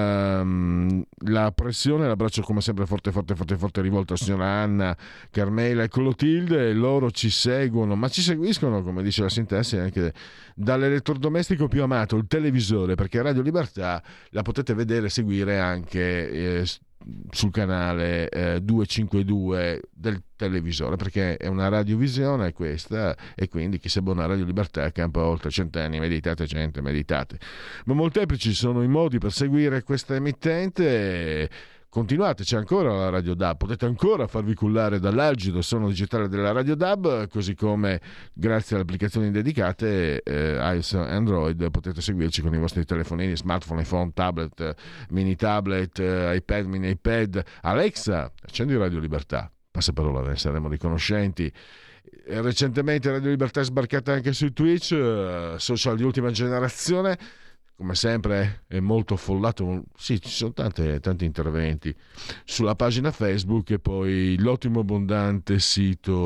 la pressione. L'abbraccio come sempre forte rivolto a signora Anna, Carmela e Clotilde. Loro ci seguono, ma ci seguiscono, come dice la sintassi, anche dall'elettrodomestico più amato, il televisore, perché Radio Libertà la potete vedere e seguire anche sul canale 252 del televisore, perché è una radiovisione questa, e quindi chi si abbona a Radio Libertà campa oltre cent'anni. Meditate gente, meditate. Ma molteplici sono i modi per seguire questa emittente. continuate, c'è ancora la Radio DAB, potete ancora farvi cullare dall'algido suono digitale della Radio DAB, così come grazie alle applicazioni dedicate iOS e Android potete seguirci con i vostri telefonini, smartphone, iPhone, tablet, mini tablet, iPad, mini iPad. Alexa, accendi Radio Libertà, passaparola, ne saremo riconoscenti. Recentemente Radio Libertà è sbarcata anche su Twitch, social di ultima generazione. Come sempre è molto affollato, sì, ci sono tanti interventi sulla pagina Facebook e poi l'ottimo abbondante sito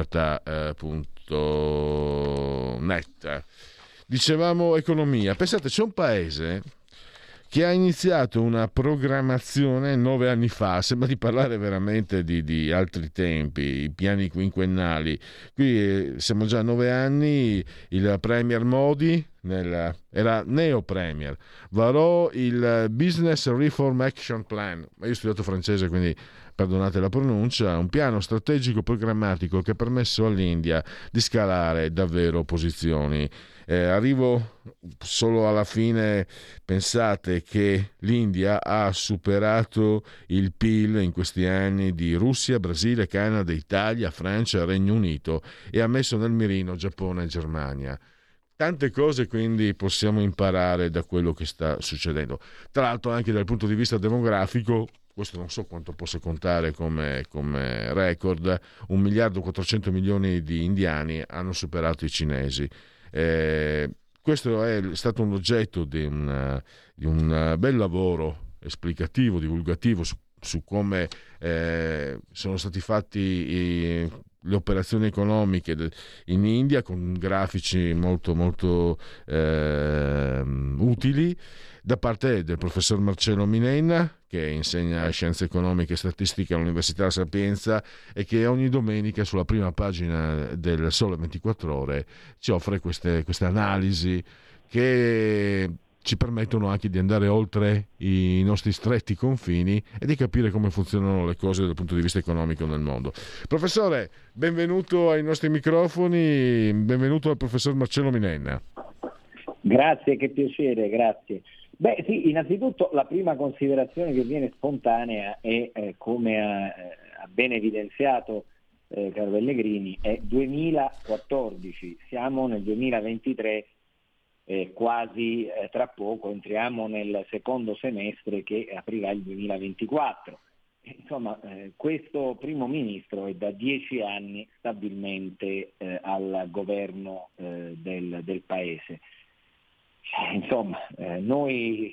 radiolibertà.net. Dicevamo economia. Pensate, c'è un paese che ha iniziato una programmazione 9 anni fa, sembra di parlare veramente di altri tempi, i piani quinquennali. Qui siamo già a 9 anni, il Premier Modi, era neo Premier, varò il Business Reform Action Plan, io ho studiato francese quindi perdonate la pronuncia, un piano strategico programmatico che ha permesso all'India di scalare davvero posizioni. Arrivo solo alla fine, pensate che l'India ha superato il PIL in questi anni di Russia, Brasile, Canada, Italia, Francia, Regno Unito e ha messo nel mirino Giappone e Germania. Tante cose quindi possiamo imparare da quello che sta succedendo. Tra l'altro anche dal punto di vista demografico, questo non so quanto posso contare come record, 1 miliardo 400 milioni di indiani hanno superato i cinesi. Questo è stato un oggetto di un bel lavoro esplicativo, divulgativo su come sono stati fatti le operazioni economiche in India, con grafici molto molto utili da parte del professor Marcello Minenna, che insegna scienze economiche e statistiche all'Università La Sapienza e che ogni domenica sulla prima pagina del Sole 24 Ore ci offre queste analisi che ci permettono anche di andare oltre i nostri stretti confini e di capire come funzionano le cose dal punto di vista economico nel mondo. Professore, benvenuto ai nostri microfoni, benvenuto al professor Marcello Minenna. Grazie, che piacere, grazie. Beh sì, innanzitutto la prima considerazione che viene spontanea è come ha ben evidenziato caro Pellegrini, è 2014, siamo nel 2023, quasi tra poco entriamo nel secondo semestre che aprirà il 2024. Insomma, questo primo ministro è da 10 anni stabilmente al governo del paese. Insomma, noi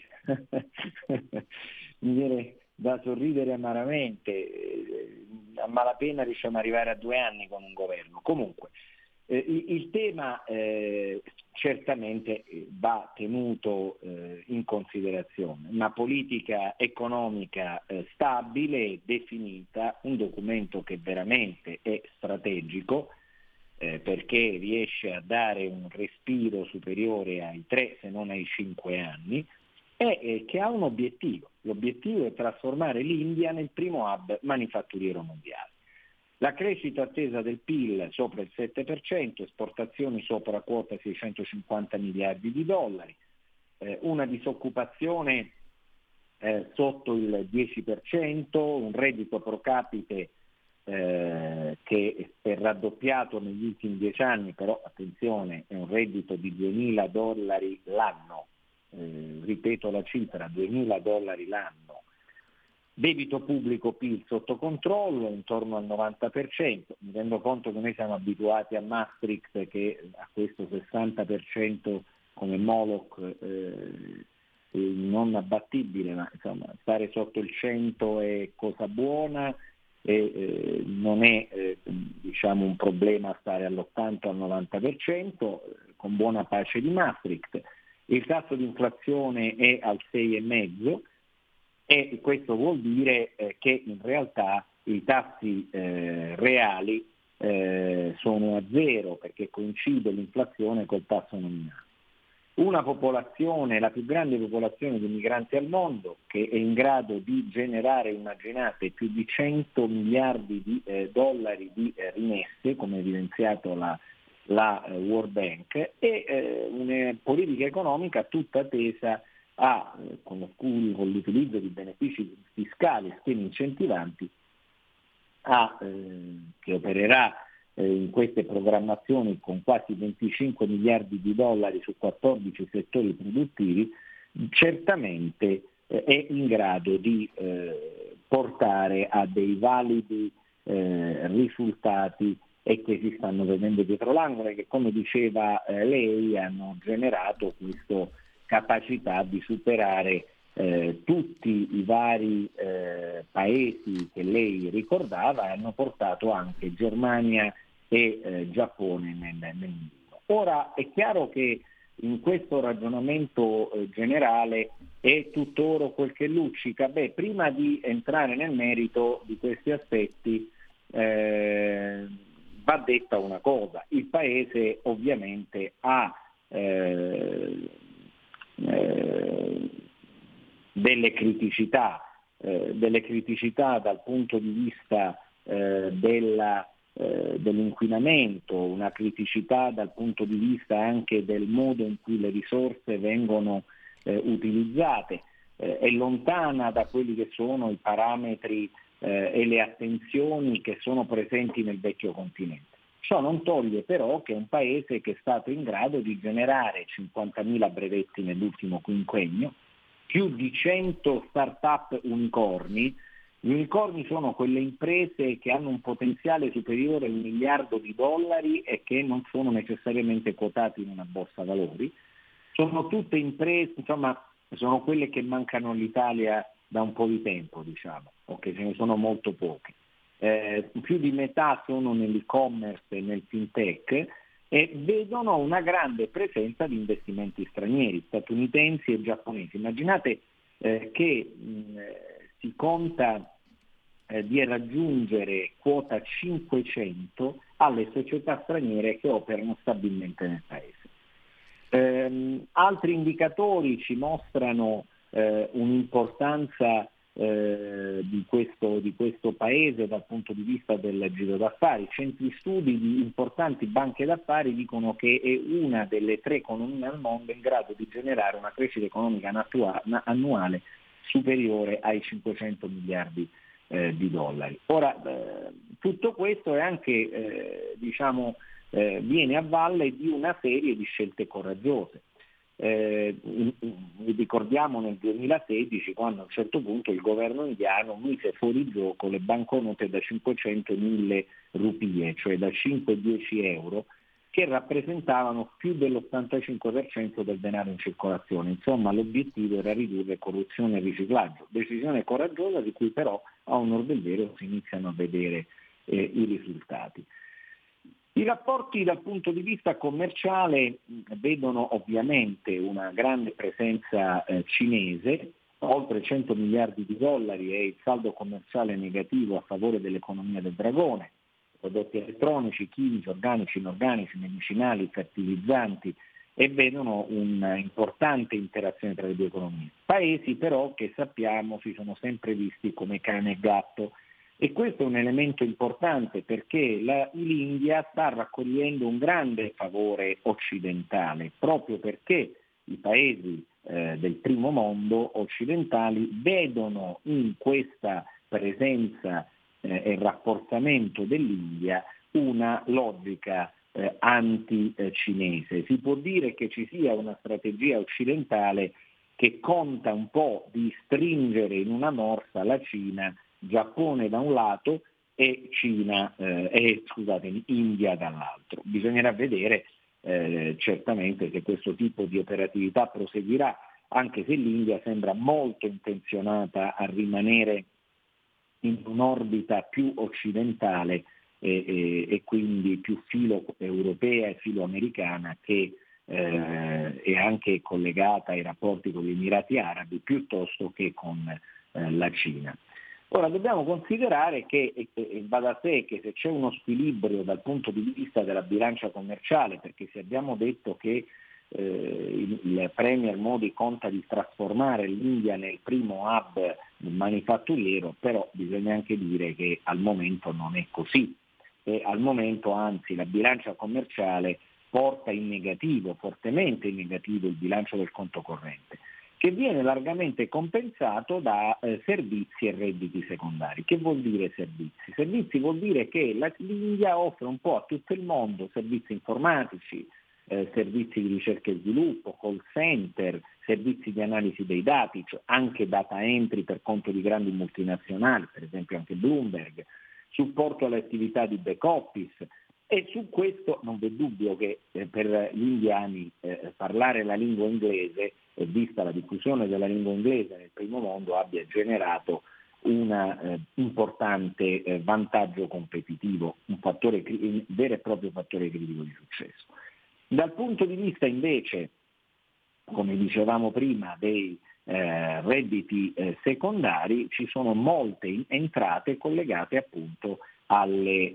mi viene da sorridere amaramente, a malapena riusciamo ad arrivare a 2 anni con un governo. Comunque, il tema certamente va tenuto in considerazione. Una politica economica stabile, definita, un documento che veramente è strategico, perché riesce a dare un respiro superiore ai 3 se non ai 5 anni e che ha un obiettivo. L'obiettivo è trasformare l'India nel primo hub manifatturiero mondiale. La crescita attesa del PIL sopra il 7%, esportazioni sopra quota 650 miliardi di dollari, una disoccupazione sotto il 10%, un reddito pro capite che è raddoppiato negli ultimi 10 anni, però attenzione, è un reddito di $2.000 l'anno, ripeto la cifra, $2.000 l'anno. Debito pubblico PIL sotto controllo, intorno al 90%. Mi rendo conto che noi siamo abituati a Maastricht, che a questo 60% come Moloch non abbattibile, ma insomma stare sotto il 100 è cosa buona e non è diciamo un problema stare all'80 al 90%, con buona pace di Maastricht. Il tasso di inflazione è al 6,5%. E questo vuol dire che in realtà i tassi reali sono a zero, perché coincide l'inflazione col tasso nominale. Una popolazione, la più grande popolazione di migranti al mondo, che è in grado di generare, immaginate, più di 100 miliardi di dollari di rimesse, come evidenziato la World Bank, e una politica economica tutta tesa con l'utilizzo di benefici fiscali, schemi incentivanti, che opererà in queste programmazioni con quasi 25 miliardi di dollari su 14 settori produttivi, certamente è in grado di portare a dei validi risultati e che si stanno vedendo dietro l'angolo e che, come diceva lei, hanno generato questa capacità di superare tutti i vari paesi che lei ricordava, e hanno portato anche Germania e Giappone nel giro. Ora è chiaro che in questo ragionamento generale è tutto oro quel che luccica. Prima di entrare nel merito di questi aspetti va detta una cosa: il Paese ovviamente ha delle criticità dal punto di vista dell'inquinamento, una criticità dal punto di vista anche del modo in cui le risorse vengono utilizzate, è lontana da quelli che sono i parametri e le attenzioni che sono presenti nel vecchio continente. Ciò non toglie però che è un paese che è stato in grado di generare 50.000 brevetti nell'ultimo quinquennio, più di 100 start-up unicorni. Gli unicorni sono quelle imprese che hanno un potenziale superiore a $1 miliardo e che non sono necessariamente quotate in una borsa valori. Sono tutte imprese, sono quelle che mancano all'Italia da un po' di tempo, o che ce ne sono molto poche. Più di metà sono nell'e-commerce e nel fintech e vedono una grande presenza di investimenti stranieri, statunitensi e giapponesi. Immaginate che si conta di raggiungere quota 500 alle società straniere che operano stabilmente nel paese. Altri indicatori ci mostrano un'importanza di questo paese dal punto di vista del giro d'affari. Centri studi di importanti banche d'affari dicono che è una delle 3 economie al mondo in grado di generare una crescita economica annuale superiore ai 500 miliardi di dollari. Ora, tutto questo è anche viene a valle di una serie di scelte coraggiose. Ricordiamo nel 2016 quando a un certo punto il governo indiano mise fuori gioco le banconote da 500 e 1000 rupie, cioè da 5 e 10 euro, che rappresentavano più dell'85% del denaro in circolazione. Insomma, l'obiettivo era ridurre corruzione e riciclaggio. Decisione coraggiosa di cui però a onor del vero si iniziano a vedere i risultati. I rapporti dal punto di vista commerciale vedono ovviamente una grande presenza cinese, oltre 100 miliardi di dollari è il saldo commerciale negativo a favore dell'economia del dragone, prodotti elettronici, chimici, organici, inorganici, medicinali, fertilizzanti, e vedono un'importante interazione tra le due economie. Paesi però che sappiamo si sono sempre visti come cane e gatto. E questo è un elemento importante perché l'India sta raccogliendo un grande favore occidentale, proprio perché i paesi del primo mondo occidentali vedono in questa presenza e rafforzamento dell'India una logica anti-cinese. Si può dire che ci sia una strategia occidentale che conta un po' di stringere in una morsa la Cina, Giappone da un lato e India dall'altro. Bisognerà vedere certamente se questo tipo di operatività proseguirà, anche se l'India sembra molto intenzionata a rimanere in un'orbita più occidentale e quindi più filo europea e filo americana, che è anche collegata ai rapporti con gli Emirati Arabi piuttosto che con la Cina. Ora dobbiamo considerare che va da sé che se c'è uno squilibrio dal punto di vista della bilancia commerciale, perché se abbiamo detto che il Premier Modi conta di trasformare l'India nel primo hub manifatturiero, però bisogna anche dire che al momento non è così e al momento anzi la bilancia commerciale porta in negativo, fortemente in negativo il bilancio del conto corrente, che viene largamente compensato da servizi e redditi secondari. Che vuol dire servizi? Servizi vuol dire che l'India offre un po' a tutto il mondo servizi informatici, servizi di ricerca e sviluppo, call center, servizi di analisi dei dati, cioè anche data entry per conto di grandi multinazionali, per esempio anche Bloomberg, supporto alle attività di back office, e su questo non v'è dubbio che per gli indiani parlare la lingua inglese, vista la diffusione della lingua inglese nel primo mondo, abbia generato un importante vantaggio competitivo, un vero e proprio fattore critico di successo. Dal punto di vista invece, come dicevamo prima, dei redditi secondari, ci sono molte entrate collegate appunto alle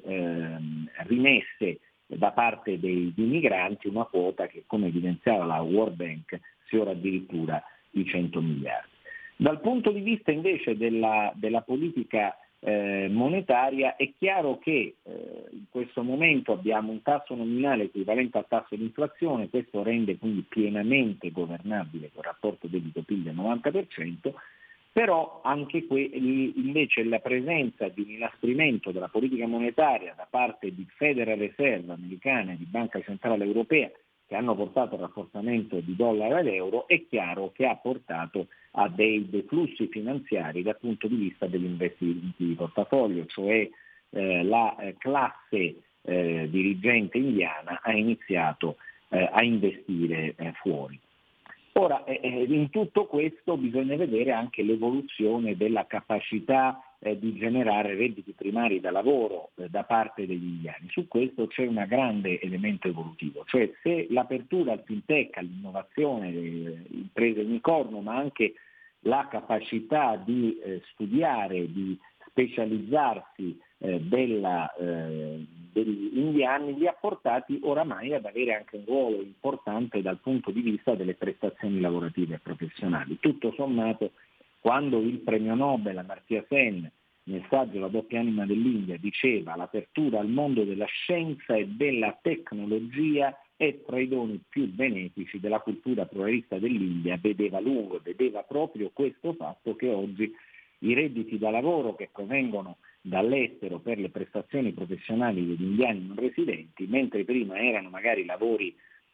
rimesse da parte dei migranti, una quota che, come evidenziava la World Bank, sfiora addirittura i 100 miliardi. Dal punto di vista invece della politica monetaria, è chiaro che in questo momento abbiamo un tasso nominale equivalente al tasso di inflazione, questo rende quindi pienamente governabile quel rapporto debito-PIL del 90%, però anche invece la presenza di un inasprimento della politica monetaria da parte di Federal Reserve americana e di Banca Centrale Europea, che hanno portato al rafforzamento di dollaro ed euro, è chiaro che ha portato a dei flussi finanziari dal punto di vista degli investimenti di portafoglio, cioè la classe dirigente indiana ha iniziato a investire fuori. Ora, in tutto questo bisogna vedere anche l'evoluzione della capacità di generare redditi primari da lavoro da parte degli indiani. Su questo c'è un grande elemento evolutivo, cioè se l'apertura al fintech, all'innovazione, alle imprese unicorno, ma anche la capacità di studiare, di specializzarsi degli indiani li ha portati oramai ad avere anche un ruolo importante dal punto di vista delle prestazioni lavorative e professionali. Tutto sommato, quando il premio Nobel Amartya Sen nel saggio La doppia anima dell'India diceva l'apertura al mondo della scienza e della tecnologia è tra i doni più benefici della cultura pluralista dell'India, vedeva lungo, vedeva proprio questo fatto che oggi i redditi da lavoro che provengono dall'estero per le prestazioni professionali degli indiani non residenti, mentre prima erano magari lavori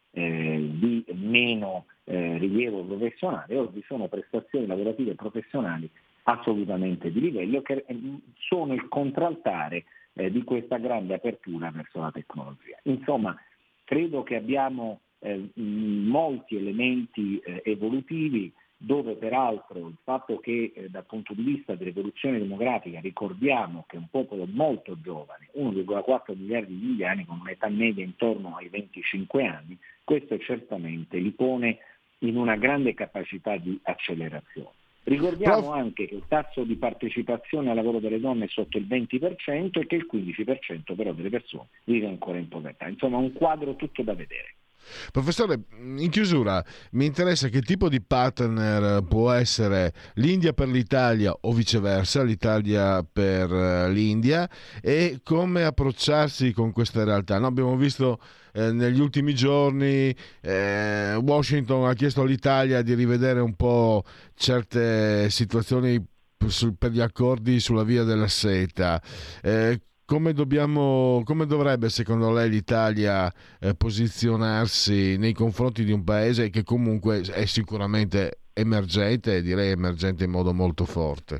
di meno rilievo professionale, oggi sono prestazioni lavorative e professionali assolutamente di livello, che sono il contraltare di questa grande apertura verso la tecnologia. Insomma, credo che abbiamo molti elementi evolutivi, dove peraltro il fatto che dal punto di vista dell'evoluzione demografica ricordiamo che è un popolo molto giovane, 1,4 miliardi di indiani con un'età media intorno ai 25 anni, questo certamente li pone in una grande capacità di accelerazione. Ricordiamo anche che il tasso di partecipazione al lavoro delle donne è sotto il 20% e che il 15% però delle persone vive ancora in povertà. Insomma, un quadro tutto da vedere. Professore, in chiusura mi interessa che tipo di partner può essere l'India per l'Italia o viceversa, l'Italia per l'India, e come approcciarsi con queste realtà. Noi abbiamo visto negli ultimi giorni Washington ha chiesto all'Italia di rivedere un po' certe situazioni per gli accordi sulla via della seta. Come dovrebbe secondo lei l'Italia posizionarsi nei confronti di un paese che comunque è sicuramente emergente, e direi emergente in modo molto forte?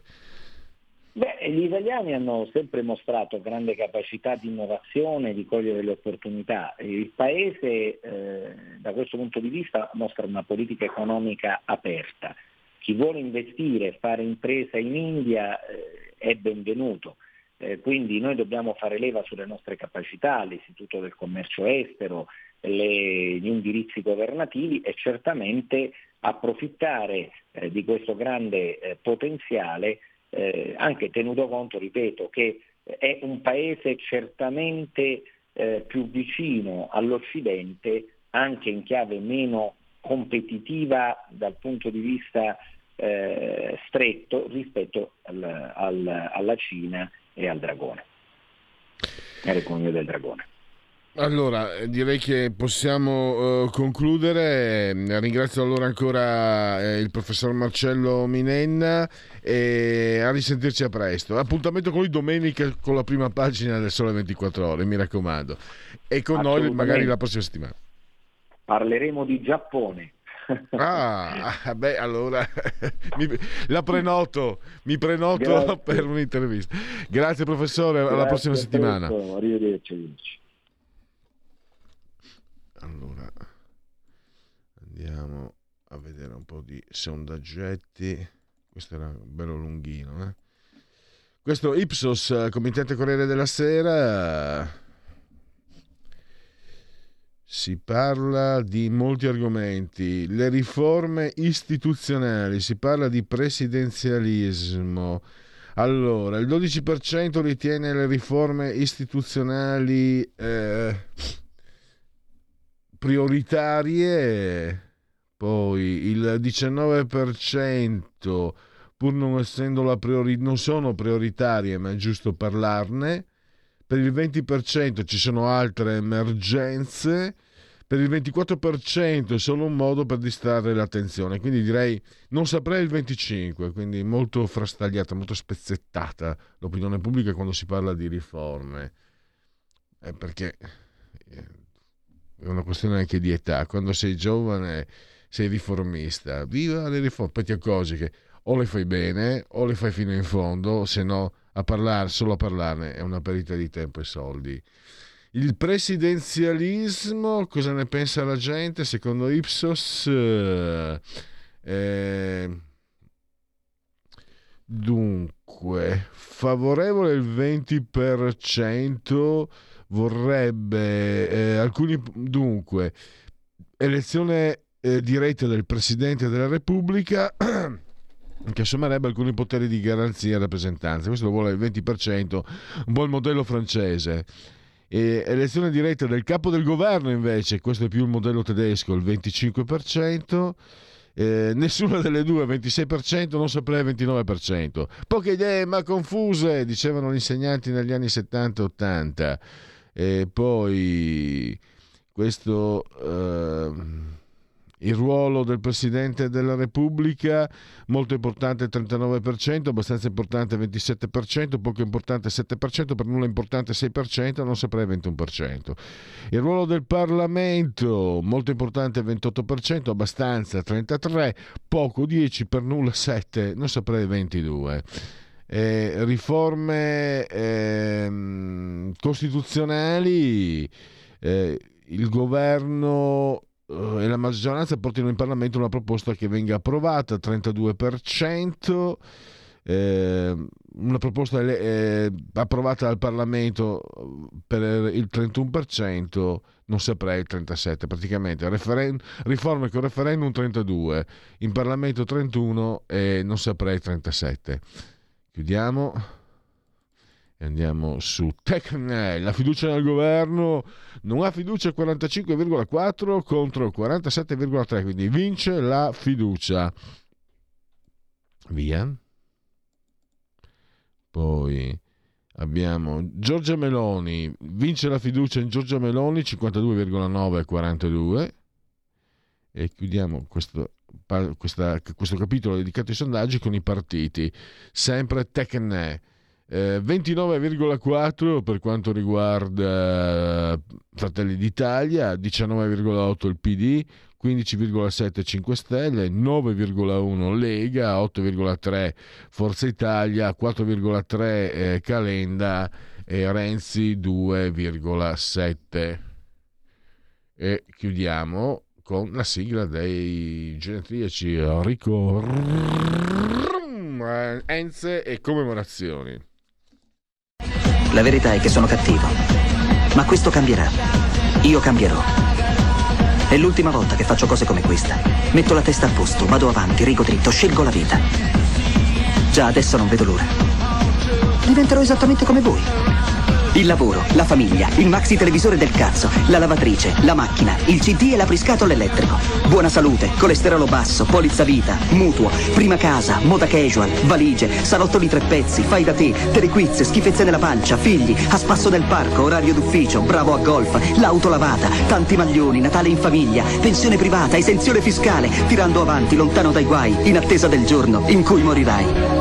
Gli italiani hanno sempre mostrato grande capacità di innovazione, di cogliere le opportunità. Il paese da questo punto di vista mostra una politica economica aperta. Chi vuole investire e fare impresa in India è benvenuto. Quindi noi dobbiamo fare leva sulle nostre capacità, l'Istituto del Commercio Estero, gli indirizzi governativi e certamente approfittare di questo grande potenziale, anche tenuto conto, ripeto, che è un paese certamente più vicino all'Occidente, anche in chiave meno competitiva dal punto di vista stretto rispetto alla Cina e al dragone, al recugno del dragone. Allora, direi che possiamo concludere. Ringrazio allora ancora il professor Marcello Minenna e a risentirci a presto. Appuntamento con lui domenica con la prima pagina del Sole 24 Ore, mi raccomando. E con noi magari la prossima settimana. Parleremo di Giappone. Beh, allora mi prenoto Grazie. per un'intervista. Grazie professore, alla prossima settimana. Arrivederci. Allora, andiamo a vedere un po' di sondaggetti. Questo era bello lunghino, Questo Ipsos, committente Corriere della Sera. Si parla di molti argomenti, le riforme istituzionali, si parla di presidenzialismo. Allora, il 12% ritiene le riforme istituzionali prioritarie, poi il 19% pur non essendo non sono prioritarie, ma è giusto parlarne. Per il 20% ci sono altre emergenze, per il 24% è solo un modo per distrarre l'attenzione, quindi direi non saprei il 25%, quindi molto frastagliata, molto spezzettata l'opinione pubblica quando si parla di riforme, perché è una questione anche di età. Quando sei giovane sei riformista, viva le riforme, poi ti accorgi che o le fai bene o le fai fino in fondo, se no solo a parlarne è una perdita di tempo e soldi. Il presidenzialismo, cosa ne pensa la gente? Secondo Ipsos, dunque, favorevole il 20%, vorrebbe dunque, elezione diretta del Presidente della Repubblica, che assumerebbe alcuni poteri di garanzia e rappresentanza. Questo lo vuole il 20%, un po' il modello francese. Elezione diretta del capo del governo invece, questo è più il modello tedesco, il 25%. Nessuna delle due, 26%, non saprei, 29%. Poche idee ma confuse, dicevano gli insegnanti negli anni 70-80. Poi questo il ruolo del Presidente della Repubblica, molto importante 39%, abbastanza importante 27%, poco importante 7%, per nulla importante 6%, non saprei 21%. Il ruolo del Parlamento, molto importante 28%, abbastanza 33%, poco 10%, per nulla 7%, non saprei 22%. Riforme costituzionali, il governo e la maggioranza portano in Parlamento una proposta che venga approvata, 32%, una proposta approvata dal Parlamento per il 31%, non saprei il 37%, praticamente riforme con referendum 32%, in Parlamento 31% e non saprei il 37%. Chiudiamo e andiamo su Tecne. La fiducia nel governo non ha fiducia, 45,4 contro 47,3, quindi vince la fiducia. Via. Poi abbiamo Giorgia Meloni, vince la fiducia in Giorgia Meloni, 52,9 a 42. E chiudiamo questo capitolo dedicato ai sondaggi con i partiti. Sempre Tecne, 29,4 per quanto riguarda Fratelli d'Italia, 19,8 il PD, 15,7 5 Stelle, 9,1 Lega, 8,3 Forza Italia, 4,3 Calenda e Renzi 2,7. E chiudiamo con la sigla dei genetriaci Enrico Enze e commemorazioni. La verità è che sono cattivo, ma questo cambierà. Io cambierò. È l'ultima volta che faccio cose come questa. Metto la testa a posto, vado avanti, rigo dritto, scelgo la vita. Già adesso non vedo l'ora. Diventerò esattamente come voi. il lavoro, la famiglia, il maxi televisore del cazzo, la lavatrice, la macchina, il CD e l'apriscatole elettrico. Buona salute, colesterolo basso, polizza vita, mutuo, prima casa, moda casual, valigie, salottoli 3 pezzi, fai da te, telequiz, schifezze nella pancia, figli, a spasso nel parco, orario d'ufficio, bravo a golf, l'auto lavata, tanti maglioni, Natale in famiglia, pensione privata, esenzione fiscale, tirando avanti, lontano dai guai, in attesa del giorno in cui morirai.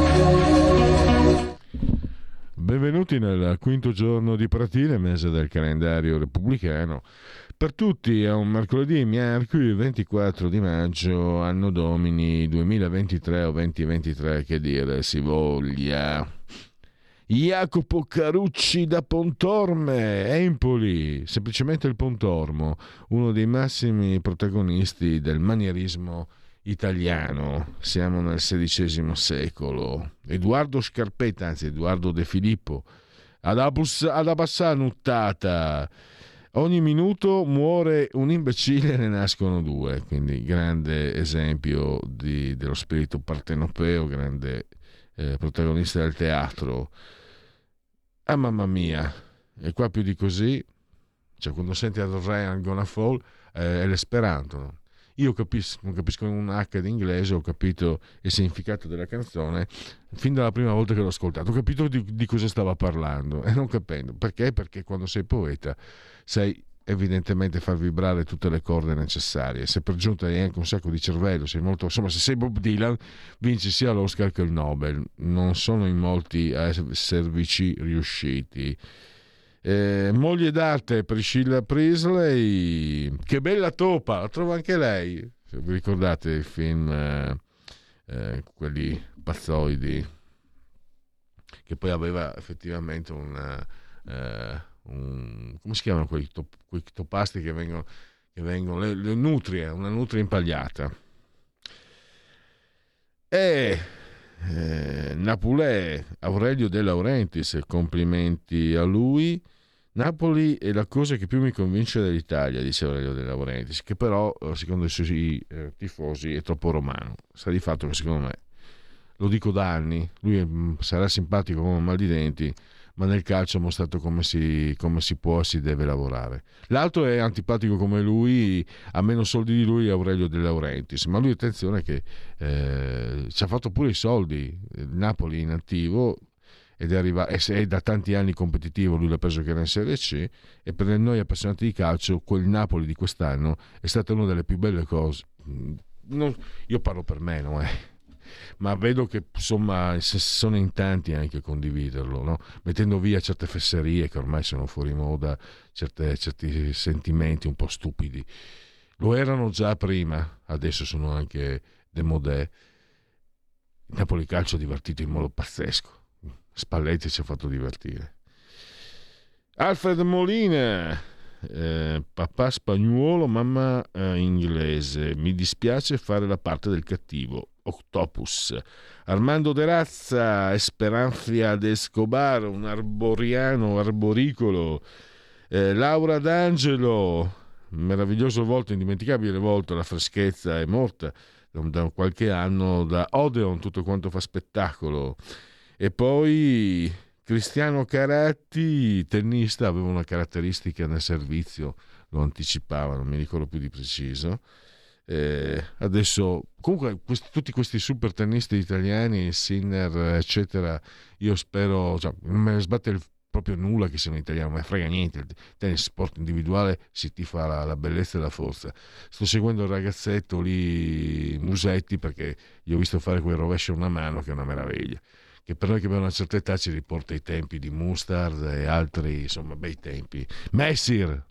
Benvenuti nel quinto giorno di Pratile, mese del calendario repubblicano. Per tutti è un mercoledì 24 di maggio, anno domini 2023 o 2023, che dire si voglia. Jacopo Carucci da Pontorme, Empoli, semplicemente il Pontormo, uno dei massimi protagonisti del manierismo italiano. Siamo nel XVI secolo. Edoardo Scarpetta, anzi Edoardo De Filippo, ad abbassare nuttata. Ogni minuto muore un imbecille, ne nascono due. Quindi grande esempio dello spirito partenopeo, grande protagonista del teatro. Ah, mamma mia, e qua più di così, cioè quando senti Al Rain Gonna Fall è l'esperanto, no? Io non capisco un H di inglese, ho capito il significato della canzone fin dalla prima volta che l'ho ascoltato, ho capito di cosa stava parlando, e non capendo perché quando sei poeta sai evidentemente far vibrare tutte le corde necessarie. Se per giunta hai anche un sacco di cervello, sei molto, insomma, se sei Bob Dylan vinci sia l'Oscar che il Nobel. Non sono in molti a esservici riusciti. Moglie d'arte Priscilla Presley, che bella topa, la trovo anche lei. Vi ricordate i film quelli pazzoidi, che poi aveva effettivamente come si chiamano quei topasti che vengono le nutrie, una nutria impagliata. Napolè, Aurelio De Laurentiis, complimenti a lui. Napoli è la cosa che più mi convince dell'Italia, dice Aurelio De Laurentiis, che però secondo i suoi tifosi è troppo romano. Sta di fatto che secondo me, lo dico da anni, lui sarà simpatico come mal di denti, ma nel calcio ha mostrato come si può e si deve lavorare. L'altro è antipatico come lui, ha meno soldi di lui, Aurelio De Laurentiis, ma lui, attenzione, che ci ha fatto pure i soldi. Il Napoli in attivo ed è da tanti anni competitivo, lui l'ha preso che era in Serie C, e per noi appassionati di calcio quel Napoli di quest'anno è stata una delle più belle cose. Io parlo per me, no? Ma vedo che insomma sono in tanti anche a condividerlo, no? Mettendo via certe fesserie che ormai sono fuori moda, certi sentimenti un po' stupidi. Lo erano già prima, adesso sono anche démodé. Napoli calcio ha divertito in modo pazzesco. Spalletti ci ha fatto divertire. Alfred Molina, papà spagnuolo, mamma inglese. Mi dispiace fare la parte del cattivo. Octopus. Armando De Razza, Esperanzia de Escobar, un arboricolo. Laura D'Angelo, meraviglioso volto, indimenticabile volto, la freschezza, è morta da qualche anno, da Odeon, tutto quanto fa spettacolo. E poi Cristiano Caratti, tennista, aveva una caratteristica nel servizio, lo anticipava, non mi ricordo più di preciso. Adesso comunque tutti questi super tennisti italiani, Sinner eccetera, io spero, cioè, non me ne sbatte proprio nulla che siano italiani, non me ne frega niente. Il tennis sport individuale si tifa la bellezza e la forza. Sto seguendo il ragazzetto lì Musetti, perché gli ho visto fare quel rovescio a una mano che è una meraviglia, che per noi che abbiamo una certa età ci riporta ai tempi di Mustard e altri, insomma, bei tempi. Messir.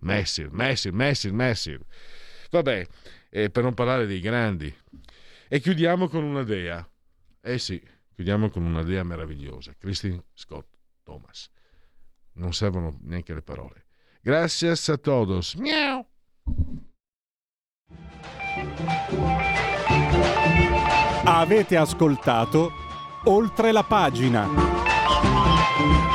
Vabbè, per non parlare dei grandi. E chiudiamo con una dea. Chiudiamo con una dea meravigliosa. Christine Scott Thomas. Non servono neanche le parole. Gracias a todos. Miau. Avete ascoltato Oltre la pagina.